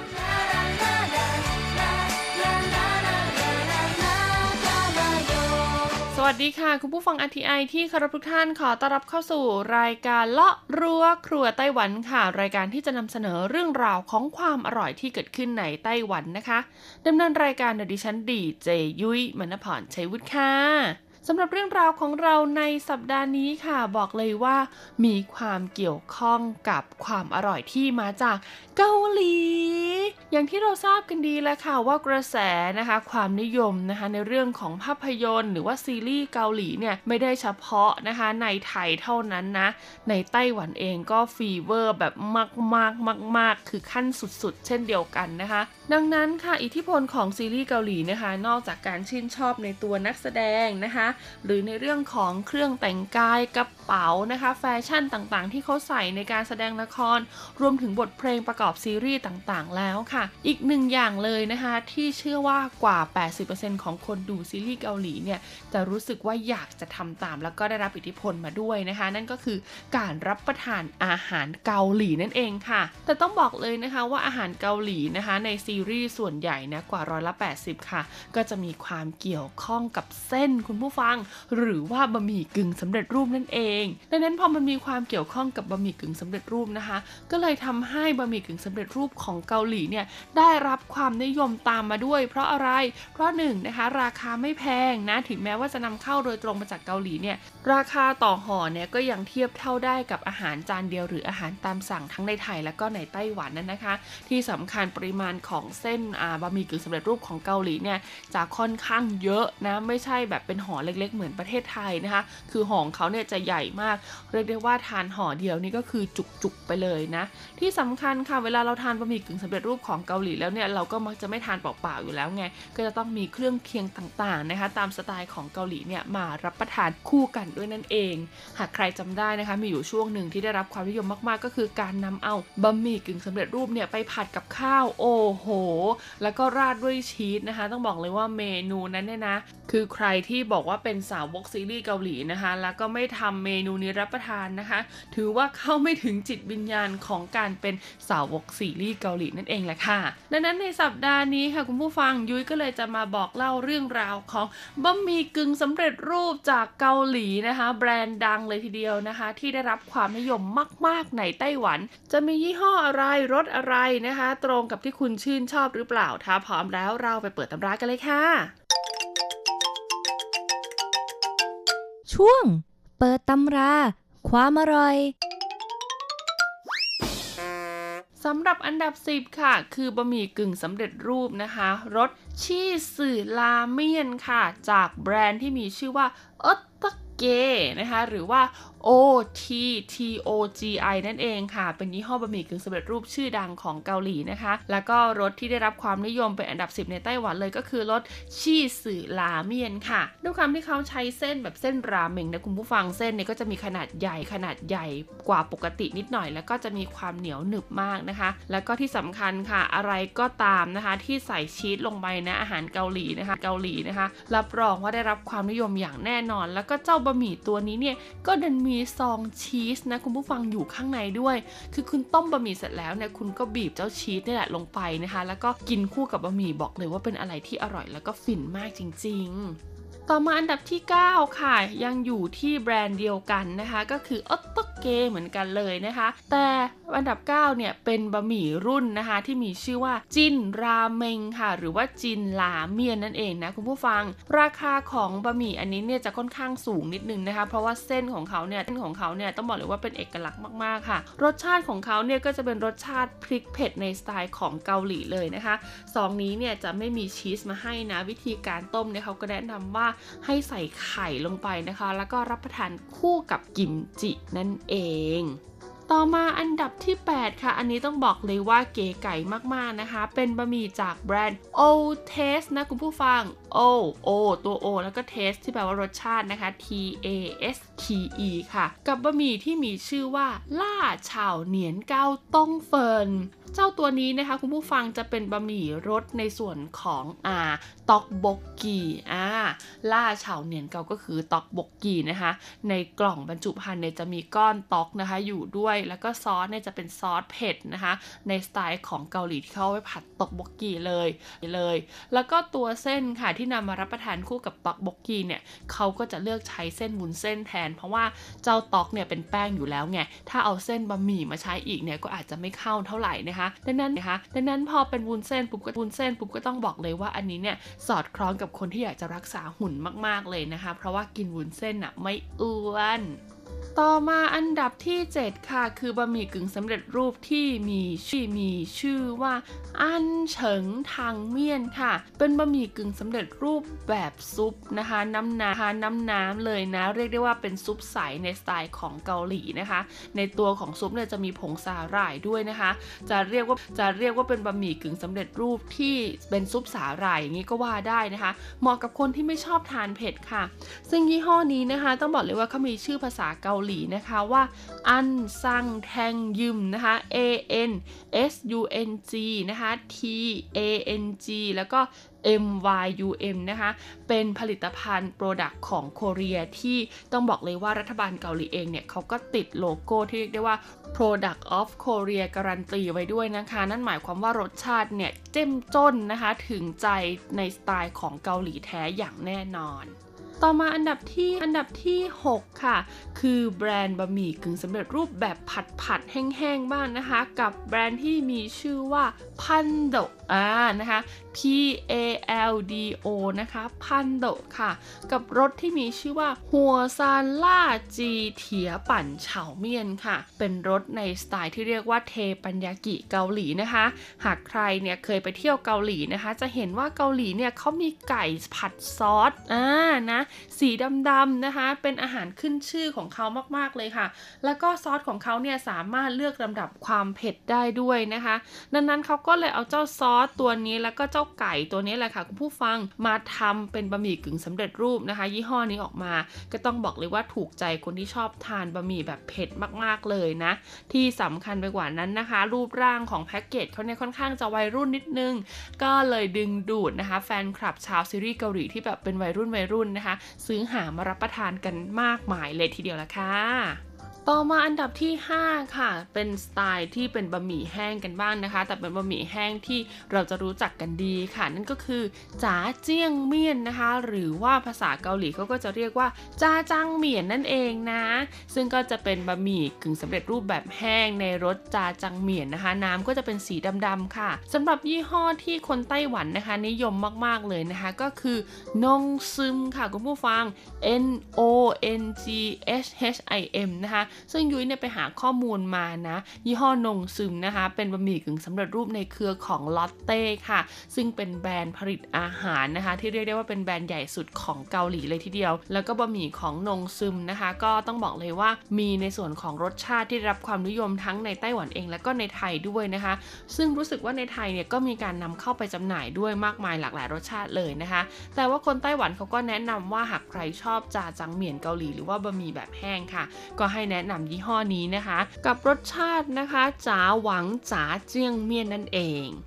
[SPEAKER 3] สวัสดีค่ะคุณผู้ฟัง อาร์ ที ไอ ที่เคารพทุกท่านขอต้อนรับเข้าสู่รายการเลาะรั้วครัวไต้หวันค่ะรายการที่จะนำเสนอเรื่องราวของความอร่อยที่เกิดขึ้นในไต้หวันนะคะดำเนินรายการโดยดิฉันดีเจยุ้ยมณพรชัยวุฒิค่ะสำหรับเรื่องราวของเราในสัปดาห์นี้ค่ะบอกเลยว่ามีความเกี่ยวข้องกับความอร่อยที่มาจากเกาหลีอย่างที่เราทราบกันดีแล้วค่ะว่ากระแสนะคะความนิยมนะคะในเรื่องของภาพยนตร์หรือว่าซีรีส์เกาหลีเนี่ยไม่ได้เฉพาะนะคะในไทยเท่านั้นนะในไต้หวันเองก็ฟีเวอร์แบบมากๆมากๆคือขั้นสุดๆเช่นเดียวกันนะคะดังนั้นค่ะอิทธิพลของซีรีส์เกาหลีนะคะนอกจากการชื่นชอบในตัวนักแสดงนะคะหรือในเรื่องของเครื่องแต่งกายกระเป๋านะคะแฟชั่นต่างๆที่เขาใส่ในการแสดงละครรวมถึงบทเพลงประกอบซีรีส์ต่างๆแล้วค่ะอีกหนึ่งอย่างเลยนะคะที่เชื่อว่ากว่า แปดสิบเปอร์เซ็นต์ ของคนดูซีรีส์เกาหลีเนี่ยจะรู้สึกว่าอยากจะทำตามแล้วก็ได้รับอิทธิพลมาด้วยนะคะนั่นก็คือการรับประทานอาหารเกาหลีนั่นเองค่ะแต่ต้องบอกเลยนะคะว่าอาหารเกาหลีนะคะในซีรีส์ส่วนใหญ่นะกว่าร้อยละแปดสิบค่ะก็จะมีความเกี่ยวข้องกับเส้นคุณผู้ฟังหรือว่าบะหมี่กึ่งสำเร็จรูปนั่นเองดังนั้นพอมันมีความเกี่ยวข้องกับบะหมี่กึ่งสำเร็จรูปนะคะก็เลยทำให้บะหมี่กึ่งสำเร็จรูปของเกาหลีเนี่ยได้รับความนิยมตามมาด้วยเพราะอะไรเพราะหนึ่งนะคะราคาไม่แพงนะถึงแม้ว่าจะนำเข้าโดยตรงมาจากเกาหลีเนี่ยราคาต่อห่อเนี่ยก็ยังเทียบเท่าได้กับอาหารจานเดียวหรืออาหารตามสั่งทั้งในไทยและก็ในไต้หวันนั่นนะคะที่สำคัญปริมาณของเส้นอ่าบะหมี่กึ่งสำเร็จรูปของเกาหลีเนี่ยจะค่อนข้างเยอะนะไม่ใช่แบบเป็นห่อเล็กๆเหมือนประเทศไทยนะคะคือห่อของเขาเนี่ยจะใหญ่มากเรียกได้ว่าทานห่อเดียวนี่ก็คือจุกๆไปเลยนะที่สำคัญค่ะเวลาเราทานบะหมี่กึ่งสำเร็จรูปของเกาหลีแล้วเนี่ยเราก็มักจะไม่ทานเปล่าๆอยู่แล้วไงก็จะต้องมีเครื่องเคียงต่างๆนะคะตามสไตล์ของเกาหลีเนี่ยมารับประทานคู่กันด้วยนั่นเองหากใครจำได้นะคะมีอยู่ช่วงหนึ่งที่ได้รับความนิยมมากๆก็คือการนำเอาบะหมี่กึ่งสำเร็จรูปเนี่ยไปผัดกับข้าวโอ้โหแล้วก็ราดด้วยชีสนะคะต้องบอกเลยว่าเมนูนั้นเนี่ยนะคือใครที่บอกว่าเป็นสาวกซีรีส์เกาหลีนะคะแล้วก็ไม่ทำเมนูนี้รับประทานนะคะถือว่าเข้าไม่ถึงจิตวิญญาณของการเป็นสาวกซีรีส์เกาหลีนั่นเองแหละค่ะดังนั้นในสัปดาห์นี้ค่ะคุณผู้ฟังยุ้ยก็เลยจะมาบอกเล่าเรื่องราวของบะหมี่กึ่งสำเร็จรูปจากเกาหลีนะคะแบรนด์ดังเลยทีเดียวนะคะที่ได้รับความนิยมมากๆในไต้หวันจะมียี่ห้ออะไรรสอะไรนะคะตรงกับที่คุณชื่นชอบหรือเปล่าถ้าพร้อมแล้วเราไปเปิดตำรากันเลยค่ะ
[SPEAKER 13] ช่วงเปิดตำราความอร่อย
[SPEAKER 3] สำหรับอันดับสิบค่ะคือบะหมี่กึ่งสำเร็จรูปนะคะรสชีสื่อราเมียนค่ะจากแบรนด์ที่มีชื่อว่าเอตตะเกนะคะหรือว่า โอ ที ที โอ จี ไอ นั่นเองค่ะเป็นยี่ห้อบะหมี่กึ่งสำเร็จรูปชื่อดังของเกาหลีนะคะแล้วก็รสที่ได้รับความนิยมเป็นอันดับสิบในไต้หวันเลยก็คือรสชีสื่อราเมียนค่ะด้วยความที่เขาใช้เส้นแบบเส้นราเมงนะคุณผู้ฟังเส้นเนี่ยก็จะมีขนาดใหญ่ขนาดใหญ่กว่าปกตินิดหน่อยแล้วก็จะมีความเหนียวหนึบมากนะคะแล้วก็ที่สำคัญค่ะอะไรก็ตามนะคะที่ใส่ชีสลงไปนะอาหารเกาหลีนะคะเกาหลีนะคะรับรองว่าได้รับความนิยมอย่างแน่นอนแล้วก็เจ้าบะหมี่ตัวนี้เนี่ยก็ดันมีซองชีสนะคุณผู้ฟังอยู่ข้างในด้วยคือคุณต้มบะหมี่เสร็จแล้วเนี่ยคุณก็บีบเจ้าชีสนี่แหละลงไปนะคะแล้วก็กินคู่กับบะหมี่บอกเลยว่าเป็นอะไรที่อร่อยแล้วก็ฟินมากจริงๆต่อมาอันดับที่เก้าค่ะยังอยู่ที่แบรนด์เดียวกันนะคะก็คือเอตตะเกเหมือนกันเลยนะคะแต่อันดับเก้าเนี่ยเป็นบะหมี่รุ่นนะคะที่มีชื่อว่าจินราเมงค่ะหรือว่าจินหลาเมียนนั่นเองนะคุณผู้ฟังราคาของบะหมี่อันนี้เนี่ยจะค่อนข้างสูงนิดนึงนะคะเพราะว่าเส้นของเขาเนี่ยเส้นของเขาเนี่ยต้องบอกเลยว่าเป็นเอกลักษณ์มากๆค่ะรสชาติของเขาเนี่ยก็จะเป็นรสชาติพริกเผ็ดในสไตล์ของเกาหลีเลยนะคะซองนี้เนี่ยจะไม่มีชีสมาให้นะวิธีการต้มเนี่ยเขาก็แนะนำว่าให้ใส่ไข่ลงไปนะคะแล้วก็รับประทานคู่กับกิมจินั่นเองต่อมาอันดับที่แปดค่ะอันนี้ต้องบอกเลยว่าเก๋ไก่มากๆนะคะเป็นบะหมี่จากแบรนด์ O Taste นะคุณผู้ฟัง O O ตัว O แล้วก็ Taste ที่แปลว่ารสชาตินะคะ T A S T E ค่ะกับบะหมี่ที่มีชื่อว่าล่าเฉาเหนียนเกาต้งเฟินเจ้าตัวนี้นะคะคุณผู้ฟังจะเป็นบะหมี่รสในส่วนของอ่าตอกบกกีอ่าล่าเฉาเหนียนเกาก็คือตอกบกกีนะคะในกล่องบรรจุภัณฑ์เนี่ยจะมีก้อนตอกนะคะอยู่ด้วยแล้วก็ซอสเนี่ยจะเป็นซอสเผ็ดนะคะในสไตล์ของเกาหลีที่เขาเอาไว้ผัดตอกบกกีเลยเลยแล้วก็ตัวเส้นค่ะที่นำมารับประทานคู่กับตอกบกกีเนี่ยเขาก็จะเลือกใช้เส้นวุ้นเส้นแทนเพราะว่าเจ้าตอกเนี่ยเป็นแป้งอยู่แล้วไงถ้าเอาเส้นบะหมี่มาใช้อีกเนี่ยก็อาจจะไม่เข้าเท่าไหร่นะคะดังนั้นนะคะดังนั้นพอเป็นวุ้นเส้นปุ๊บก็วุ้นเส้นปุ๊บก็ต้องบอกเลยว่าอันนี้เนี่ยสอดคล้องกับคนที่อยากจะรักษาหุ่นมากๆเลยนะคะเพราะว่ากินวุ้นเส้นอ่ะไม่อ้วนต่อมาอันดับที่เจ็ดค่ะคือบะหมี่กึ่งสำเร็จรูปที่มีชื่อมีชื่อว่าอันเฉิงทางเมี่ยนค่ะเป็นบะหมี่กึ่งสำเร็จรูปแบบซุปนะคะน้ำน้ำน้ำน้ำเลยนะเรียกได้ว่าเป็นซุปใสในสไตล์ของเกาหลีนะคะในตัวของซุปเนี่ยจะมีผงสาหร่ายด้วยนะคะจะเรียกว่าจะเรียกว่าเป็นบะหมี่กึ่งสำเร็จรูปที่เป็นซุปสาหร่ายอย่างนี้ก็ว่าได้นะคะเหมาะกับคนที่ไม่ชอบทานเผ็ดค่ะซึ่งยี่ห้อนี้นะคะต้องบอกเลยว่าเขามีชื่อภาษาเกาหลีนะคะว่าอันซังแทงยึมนะคะ A N S U N G นะคะ T A N G แล้วก็ M Y U M นะคะเป็นผลิตภัณฑ์โปรดักต์ของโคเรียที่ต้องบอกเลยว่ารัฐบาลเกาหลีเองเนี่ยเขาก็ติดโลโก้ที่เรียกได้ว่า Product of Korea การันตีไว้ด้วยนะคะนั่นหมายความว่ารสชาติเนี่ยเจ้มจนนะคะถึงใจในสไตล์ของเกาหลีแท้อย่างแน่นอนต่อมาอันดับที่อันดับที่หกค่ะคือแบรนด์บะหมี่กึ่งสำเร็จรูปแบบผัดผัดแห้งๆบ้างนะคะกับแบรนด์ที่มีชื่อว่าพันโดอ่านะคะ P A L D O นะคะพันโดค่ะกับรสที่มีชื่อว่าหัวซานล่าจีเถียปั่นเฉาเมียนค่ะเป็นรสในสไตล์ที่เรียกว่าเทปัญญากิเกาหลีนะคะหากใครเนี่ยเคยไปเที่ยวเกาหลีนะคะจะเห็นว่าเกาหลีเนี่ยเขามีไก่ผัดซอสอ่านะสีดำๆนะคะเป็นอาหารขึ้นชื่อของเขามากๆเลยค่ะแล้วก็ซอสของเขาเนี่ยสามารถเลือกลำดับความเผ็ดได้ด้วยนะคะดังนั้นเขาก็เลยเอาเจ้าซอสตัวนี้แล้วก็เจ้าไก่ตัวนี้แหละค่ะคุณผู้ฟังมาทำเป็นบะหมี่กึ่งสำเร็จรูปนะคะยี่ห้อนี้ออกมาก็ต้องบอกเลยว่าถูกใจคนที่ชอบทานบะหมี่แบบเผ็ดมากๆเลยนะที่สำคัญไปกว่านั้นนะคะรูปร่างของแพ็กเกจเขาเนี่ยค่อนข้างจะวัยรุ่นนิดนึงก็เลยดึงดูดนะคะแฟนคลับชาวซีรีส์เกาหลีที่แบบเป็นวัยรุ่นวัยรุ่นนะคะซื้อหามารับประทานกันมากมายเลยทีเดียวละค่ะต่อมาอันดับที่ห้าค่ะเป็นสไตล์ที่เป็นบะหมี่แห้งกันบ้างนะคะแต่เป็นบะหมี่แห้งที่เราจะรู้จักกันดีค่ะนั่นก็คือจ๋าเจี้ยงเมี่ยนนะคะหรือว่าภาษาเกาหลีเขาก็จะเรียกว่าจาจังเหมียนนั่นเองนะซึ่งก็จะเป็นบะหมี่กึ่งสำเร็จรูปแบบแห้งในรสจาจังเหมียนนะคะน้ำก็จะเป็นสีดำๆค่ะสำหรับยี่ห้อที่คนไต้หวันนะคะนิยมมากๆเลยนะคะก็คือนงซึมค่ะคุณผู้ฟัง N O N G H H I M นะคะซึ่งยุ้ยเนี่ยไปหาข้อมูลมานะยี่ห้อนงซึมนะคะเป็นบะหมี่กึ่งสำเร็จรูปในเครือของลอตเต้ค่ะซึ่งเป็นแบรนด์ผลิตอาหารนะคะที่เรียกได้ว่าเป็นแบรนด์ใหญ่สุดของเกาหลีเลยทีเดียวแล้วก็บะหมี่ของนงซึมนะคะก็ต้องบอกเลยว่ามีในส่วนของรสชาติที่รับความนิยมทั้งในไต้หวันเองและก็ในไทยด้วยนะคะซึ่งรู้สึกว่าในไทยเนี่ยก็มีการนำเข้าไปจำหน่ายด้วยมากมายหลากหลายรสชาติเลยนะคะแต่ว่าคนไต้หวันเขาก็แนะนำว่าหากใครชอบจาจังเหมียนเกาหลีหรือว่าบะหมี่แบบแห้งค่ะก็ให้แนะนำยี่ห้อนี้นะคะกับรสชาตินะคะจ๋าหวังจ๋าเจี้ยงเมี่ยนนั่นเอง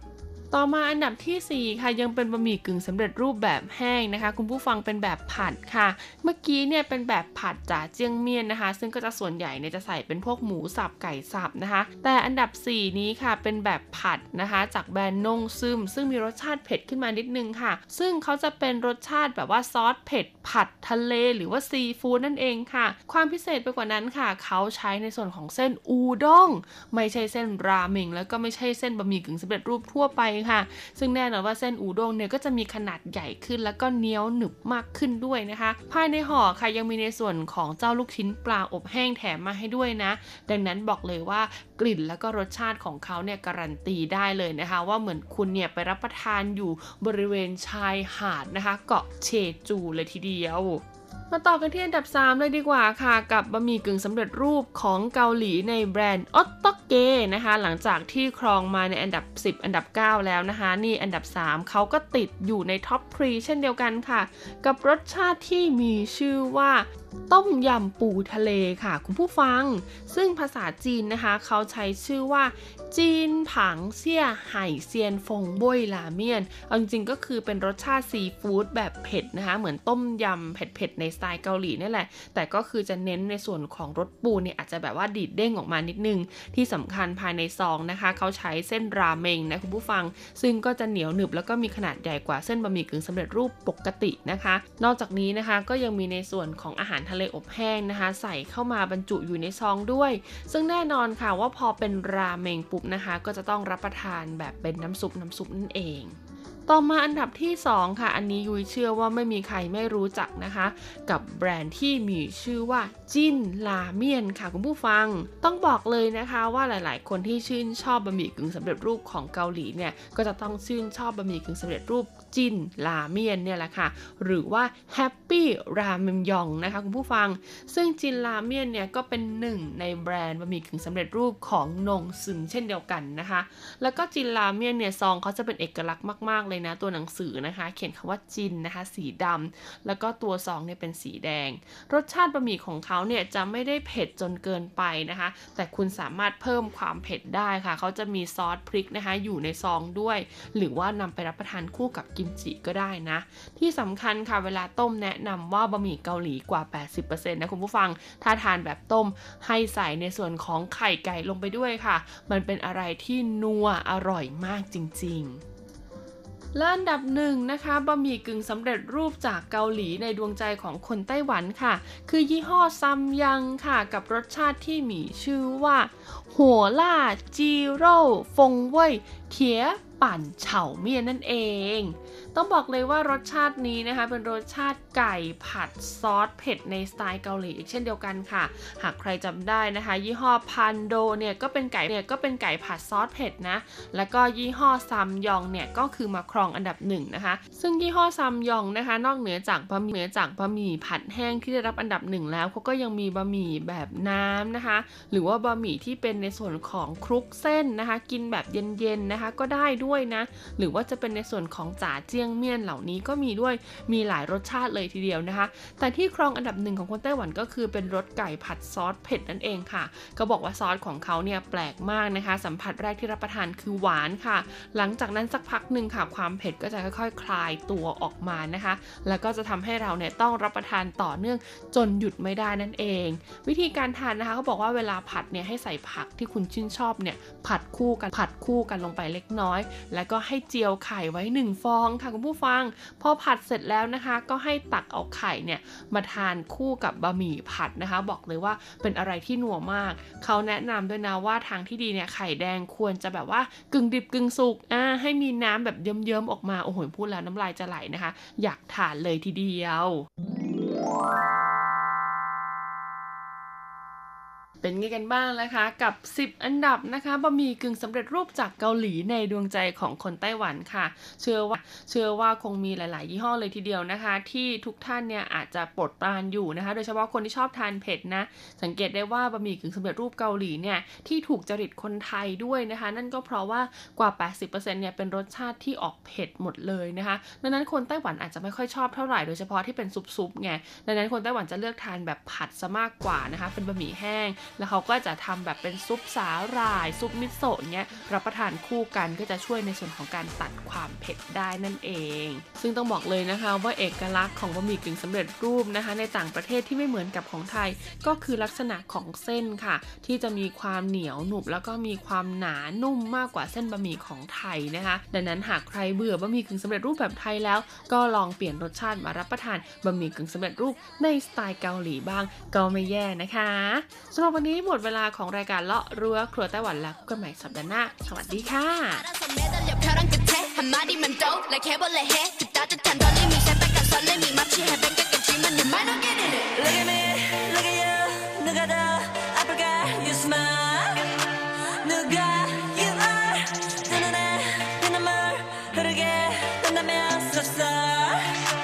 [SPEAKER 3] ต่อมาอันดับที่สี่ค่ะยังเป็นบะหมี่กึ่งสำเร็จรูปแบบแห้งนะคะคุณผู้ฟังเป็นแบบผัดค่ะเมื่อกี้เนี่ยเป็นแบบผัดจ่าเจี้ยงเมี่ยนนะคะซึ่งก็จะส่วนใหญ่เนี่ยจะใส่เป็นพวกหมูสับไก่สับนะคะแต่อันดับสี่นี้ค่ะเป็นแบบผัดนะคะจากแบรนด์นงซึมซึ่งมีรสชาติเผ็ดขึ้นมานิดนึงค่ะซึ่งเขาจะเป็นรสชาติแบบว่าซอสเผ็ดผัดทะเลหรือว่าซีฟู้ดนั่นเองค่ะความพิเศษไปกว่านั้นค่ะเขาใช้ในส่วนของเส้นอูด้งไม่ใช่เส้นราเมงแล้วก็ไม่ใช่เส้นบะหมี่กึ่งสำเร็จรูปทั่วไปค่ะซึ่งแน่นอนว่าเส้นอูด้งเนี่ยก็จะมีขนาดใหญ่ขึ้นแล้วก็เหนียวหนึบมากขึ้นด้วยนะคะภายในห่อค่ะยังมีในส่วนของเจ้าลูกชิ้นปลาอบแห้งแถมมาให้ด้วยนะดังนั้นบอกเลยว่ากลิ่นแล้วก็รสชาติของเขาเนี่ยการันตีได้เลยนะคะว่าเหมือนคุณเนี่ยไปรับประทานอยู่บริเวณชายหาดนะคะเกาะเชจูเลยทีเดียวมาต่อกันที่อันดับสามเลยดีกว่าค่ะกับบะหมี่กึ่งสำเร็จรูปของเกาหลีในแบรนด์ออตโตเกนะคะหลังจากที่ครองมาในอันดับสิบอันดับเก้าแล้วนะคะนี่อันดับสามเขาก็ติดอยู่ในท็อปสามเช่นเดียวกันค่ะกับรสชาติที่มีชื่อว่าต้มยำปูทะเลค่ะคุณผู้ฟังซึ่งภาษาจีนนะคะเขาใช้ชื่อว่าจีนผังเซี่ยไห่เซียนฟงบ้ยราเมียนเอาจริงๆก็คือเป็นรสชาติซีฟู้ดแบบเผ็ดนะคะเหมือนต้มยำเผ็ดๆในสไตล์เกาหลีนี่แหละแต่ก็คือจะเน้นในส่วนของรสปูเนี่ยอาจจะแบบว่าดีดเด้งออกมานิดนึงที่สำคัญภายในซองนะคะเขาใช้เส้นราเมงนะคุณผู้ฟังซึ่งก็จะเหนียวหนึบแล้วก็มีขนาดใหญ่กว่าเส้นบะหมี่กึ่งสำเร็จรูปปกตินะคะนอกจากนี้นะคะก็ยังมีในส่วนของอาหารทะเลอบแห้งนะคะใส่เข้ามาบรรจุอยู่ในซองด้วยซึ่งแน่นอนค่ะว่าพอเป็นราเมงปุ๊บนะคะก็จะต้องรับประทานแบบเป็นน้ำซุปน้ำซุปนั่นเองต่อมาอันดับที่สองค่ะอันนี้ยุ้ยเชื่อว่าไม่มีใครไม่รู้จักนะคะกับแบรนด์ที่มีชื่อว่าจินราเมียนค่ะคุณผู้ฟังต้องบอกเลยนะคะว่าหลายๆคนที่ชื่นชอบบะหมี่กึ่งสำเร็จรูปของเกาหลีเนี่ยก็จะต้องชื่นชอบบะหมี่กึ่งสำเร็จรูปจินราเมียนเนี่ยแหละค่ะหรือว่าแฮปปี้ราเมงยองนะคะคุณผู้ฟังซึ่งจินราเมียนเนี่ยก็เป็นหนึ่งในแบรนด์บะหมี่กึ่งสำเร็จรูปของนงซึมเช่นเดียวกันนะคะแล้วก็จินราเมียนเนี่ยซองเขาจะเป็นเอกลักษณ์มากๆเลยนะตัวหนังสือนะคะเขียนคำว่าจินนะคะสีดำแล้วก็ตัวซองเนี่ยเป็นสีแดงรสชาติบะหมี่ของเขาเนี่ยจะไม่ได้เผ็ดจนเกินไปนะคะแต่คุณสามารถเพิ่มความเผ็ดได้ค่ะเขาจะมีซอสพริกนะคะอยู่ในซองด้วยหรือว่านำไปรับประทานคู่กับกิมจิก็ได้นะที่สำคัญค่ะเวลาต้มแนะนำว่าบะหมี่เกาหลีกว่า แปดสิบเปอร์เซ็นต์ นะคุณผู้ฟังถ้าทานแบบต้มให้ใส่ในส่วนของไข่ไก่ลงไปด้วยค่ะมันเป็นอะไรที่นัวอร่อยมากจริงๆและอันดับหนึ่งนะคะบะหมี่กึ่งสำเร็จรูปจากเกาหลีในดวงใจของคนไต้หวันค่ะคือยี่ห้อซัมยังค่ะกับรสชาติที่มีชื่อว่าหัวล่าจีโร่ฟงเว่ยเทียปั่นเฉาเมี่ยนนั่นเองต้องบอกเลยว่ารสชาตินี้นะคะเป็นรสชาติไก่ผัดซอสเผ็ดในสไตล์เกาหลีอีกเช่นเดียวกันค่ะหากใครจำได้นะคะยี่ห้อพันโดเนี่ยก็เป็นไก่เนี่ยก็เป็นไก่ผัดซอสเผ็ดนะแล้วก็ยี่ห้อซัมยองเนี่ยก็คือมาครองอันดับหนึ่งนะคะซึ่งยี่ห้อซัมยองนะคะนอกเหนือจากบะหมี่เหนือจากบะหมี่ผัดแห้งที่ได้รับอันดับหนึ่งแล้วเขาก็ยังมีบะหมี่แบบน้ำนะคะหรือว่าบะหมี่ที่เป็นในส่วนของคลุกเส้นนะคะกินแบบเย็นๆนะคะก็ได้ด้วยนะหรือว่าจะเป็นในส่วนของจ่าเจี้ยงเมี่ยนเหล่านี้ก็มีด้วยมีหลายรสชาติเลยทีเดียวนะคะแต่ที่ครองอันดับหนึ่งของคนไต้หวันก็คือเป็นรสไก่ผัดซอสเผ็ดนั่นเองค่ะก็บอกว่าซอสของเขาเนี่ยแปลกมากนะคะสัมผัสแรกที่รับประทานคือหวานค่ะหลังจากนั้นสักพักหนึ่งค่ะความเผ็ดก็จะค่อยๆคลายตัวออกมานะคะแล้วก็จะทำให้เราเนี่ยต้องรับประทานต่อเนื่องจนหยุดไม่ได้นั่นเองวิธีการทานนะคะเขาบอกว่าเวลาผัดเนี่ยให้ใส่ผักที่คุณชื่นชอบเนี่ยผัดคู่กันผัดคู่กันลงไปเล็กน้อยแล้วก็ให้เจียวไข่ไว้หนึ่งฟองค่ะคุณผู้ฟังพอผัดเสร็จแล้วนะคะก็ให้ตักเอาไข่เนี่ยมาทานคู่กับบะหมี่ผัดนะคะบอกเลยว่าเป็นอะไรที่นัวมากเขาแนะนำด้วยนะว่าทางที่ดีเนี่ยไข่แดงควรจะแบบว่ากึ่งดิบกึ่งสุกอ่าให้มีน้ำแบบเยิ้มๆออกมาโอ้โหพูดแล้วน้ำลายจะไหลนะคะอยากทานเลยทีเดียวเป็นไงกันบ้างนะคะกับสิบอันดับนะคะบะหมี่กึ่งสำเร็จรูปจากเกาหลีในดวงใจของคนไต้หวันค่ะเชื่อว่าเชื่อว่าคงมีหลายๆยี่ห้อเลยทีเดียวนะคะที่ทุกท่านเนี่ยอาจจะโปรดปรานอยู่นะคะโดยเฉพาะคนที่ชอบทานเผ็ดนะสังเกตได้ว่าบะหมี่กึ่งสำเร็จรูปเกาหลีเนี่ยที่ถูกจริตคนไทยด้วยนะคะนั่นก็เพราะว่ากว่า แปดสิบเปอร์เซ็นต์ เนี่ยเป็นรสชาติที่ออกเผ็ดหมดเลยนะคะดังนั้นคนไต้หวันอาจจะไม่ค่อยชอบเท่าไหร่โดยเฉพาะที่เป็นซุปๆไงดังนั้นคนไต้หวันจะเลือกทานแบบผัดซะมากกว่านะคะเป็นบะหมี่แห้งแล้วเขาก็จะทำแบบเป็นซุปสาหร่ายซุปมิโซะเงี้ยรับประทานคู่กันก็จะช่วยในส่วนของการตัดความเผ็ดได้นั่นเองซึ่งต้องบอกเลยนะคะว่าเอกลักษณ์ของบะหมี่กึ่งสำเร็จรูปนะคะในต่างประเทศที่ไม่เหมือนกับของไทยก็คือลักษณะของเส้นค่ะที่จะมีความเหนียวหนุบแล้วก็มีความหนานุ่มมากกว่าเส้นบะหมี่ของไทยนะคะดังนั้นหากใครเบื่อบะหมี่กึ่งสำเร็จรูปแบบไทยแล้วก็ลองเปลี่ยนรสชาติมารับประทานบะหมี่กึ่งสำเร็จรูปในสไตล์เกาหลีบ้างก็ไม่แย่นะคะสำหรับวันนี้หมดเวลาของรายการเลาะรั้วครัวไต้หวันแล้วพบกันใหม่สัปดาห์หน้าสวัสดีค่ะ
[SPEAKER 8] 흐르게 된다면 섭섭